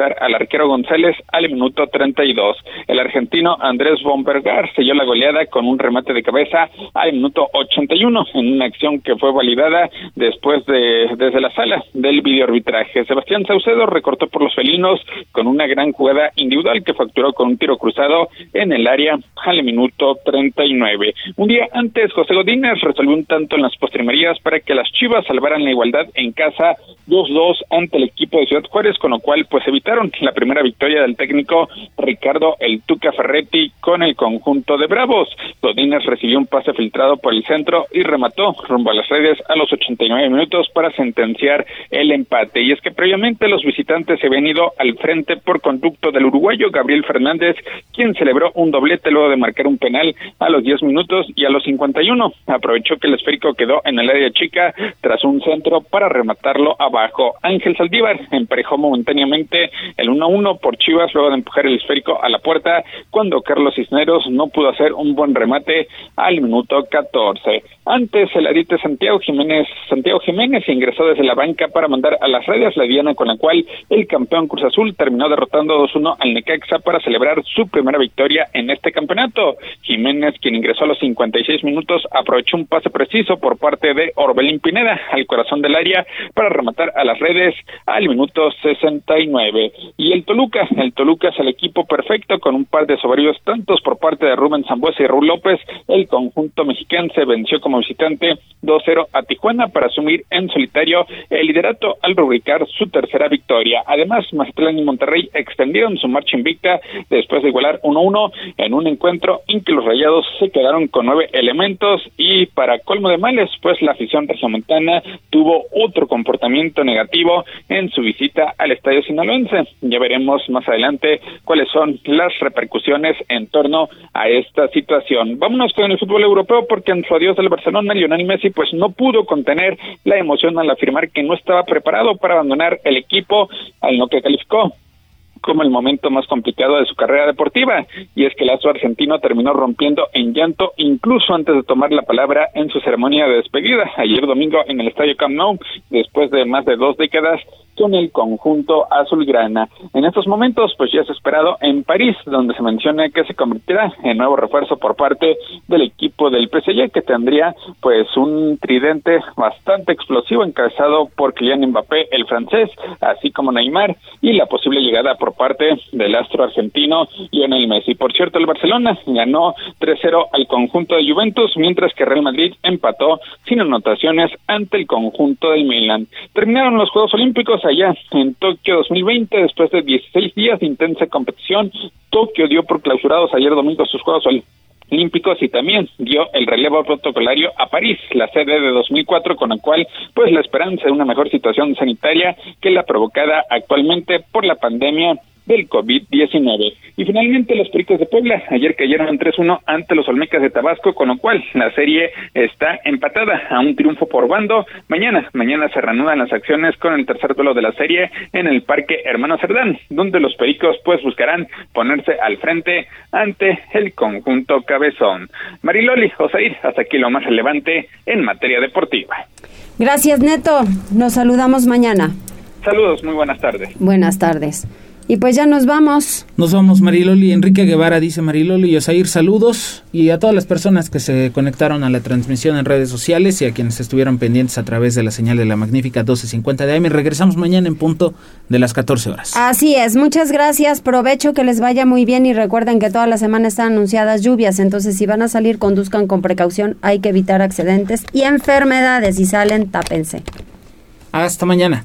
Speaker 16: expulsar al arquero González al minuto treinta y dos. El argentino Andrés Bombergar selló la goleada con un remate de cabeza al minuto ochenta y uno en una acción que fue validada después de desde la sala del videoarbitraje. Sebastián Saucedo recortó por los felinos con una gran jugada individual que facturó con un tiro cruzado en el área al minuto treinta y nueve. Un día antes, José Godínez resolvió un tanto en las postrimerías para que las Chivas salvaran la igualdad en casa dos dos ante el equipo de Ciudad Juárez, con lo cual pues evitaron la primera victoria del técnico Ricardo El Tuca Ferretti con el conjunto de Bravos. Godínez recibió un pase filtrado por el centro y remató rumbo a las redes a los ochenta y nueve minutos para sentenciar el empate. Y es que previamente los visitantes se habían ido al frente por conducto del uruguayo Gabriel Fernández, quien celebró un doblete luego de marcar un penal a los diez minutos, y a los cincuenta y uno aprovechó que el esférico quedó en el área chica tras un centro para rematarlo abajo. Ángel Saldívar emparejó momentáneamente el uno a uno por Chivas luego de empujar el esférico a la puerta cuando Carlos Cisneros no pudo hacer un buen remate al minuto catorce. Antes, el ariete Santiago Jiménez Santiago Jiménez ingresó desde la banca para mandar a las redes la diana con la cual el campeón Cruz Azul terminó derrotando dos uno al Necaxa para celebrar su primera victoria en este campeonato. Jiménez, quien ingresó a los cincuenta y seis minutos, aprovechó un pase preciso por parte de Orbelín Pineda al corazón del área para rematar a las redes al minuto sesenta y nueve. Y el Toluca, el Toluca es el equipo perfecto con un par de soberbios tantos por parte de Rubén Sambuesa y Raúl López. El conjunto mexiquense venció como visitante dos cero a Tijuana para asumir en solitario el liderato al rubricar su tercera victoria. Además, Mazatlán y Monterrey extendieron su marcha invicta después de igualar uno uno en un encuentro en que los Rayados se quedaron con nueve elementos, y para colmo de males, pues la afición regiomontana tuvo otro comportamiento negativo en su visita al estadio sinaloense. Ya veremos más adelante cuáles son las repercusiones en torno a esta situación. Vámonos con el fútbol europeo, porque en su adiós del Barcelona, Lionel Messi pues no pudo contener la emoción al afirmar que no estaba preparado para abandonar el equipo, al no que calificó como el momento más complicado de su carrera deportiva, y es que el astro argentino terminó rompiendo en llanto incluso antes de tomar la palabra en su ceremonia de despedida ayer domingo en el estadio Camp Nou, después de más de dos décadas con el conjunto azulgrana. En estos momentos pues ya es esperado en París, donde se menciona que se convertirá en nuevo refuerzo por parte del equipo del P S G, que tendría pues un tridente bastante explosivo encabezado por Kylian Mbappé, el francés, así como Neymar, y la posible llegada por parte del astro argentino Lionel Messi. Por cierto, el Barcelona ganó tres cero al conjunto de Juventus, mientras que Real Madrid empató sin anotaciones ante el conjunto del Milan. Terminaron los Juegos Olímpicos allá en Tokio dos mil veinte, después de dieciséis días de intensa competición. Tokio dio por clausurados ayer domingo sus Juegos Olímpicos y también dio el relevo protocolario a París, la sede de dos mil cuatro, con la cual pues la esperanza de una mejor situación sanitaria que la provocada actualmente por la pandemia del COVID diecinueve. Y finalmente los Pericos de Puebla ayer cayeron tres uno ante los Olmecas de Tabasco, con lo cual la serie está empatada a un triunfo por bando. Mañana, mañana se reanudan las acciones con el tercer duelo de la serie en el Parque Hermano Cerdán, donde los Pericos pues buscarán ponerse al frente ante el conjunto cabezón. Mariloli, Osair, hasta aquí lo más relevante en materia deportiva.
Speaker 2: Gracias, Neto. Nos saludamos mañana.
Speaker 16: Saludos, muy buenas tardes.
Speaker 2: Buenas tardes. Y pues ya nos vamos.
Speaker 3: Nos vamos, Mariloli. Enrique Guevara dice Mariloli y Osair, saludos. Y a todas las personas que se conectaron a la transmisión en redes sociales y a quienes estuvieron pendientes a través de la señal de la magnífica doce cincuenta de A M. Regresamos mañana en punto de las catorce horas.
Speaker 2: Así es, muchas gracias. Provecho, que les vaya muy bien, y recuerden que toda la semana están anunciadas lluvias. Entonces, si van a salir, conduzcan con precaución. Hay que evitar accidentes y enfermedades. Si salen, tápense.
Speaker 3: Hasta mañana.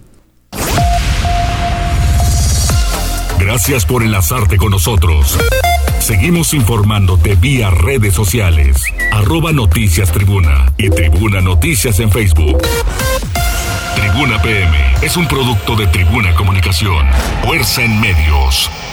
Speaker 1: Gracias por enlazarte con nosotros. Seguimos informándote vía redes sociales. Arroba Noticias Tribuna y Tribuna Noticias en Facebook. Tribuna P M es un producto de Tribuna Comunicación. Fuerza en Medios.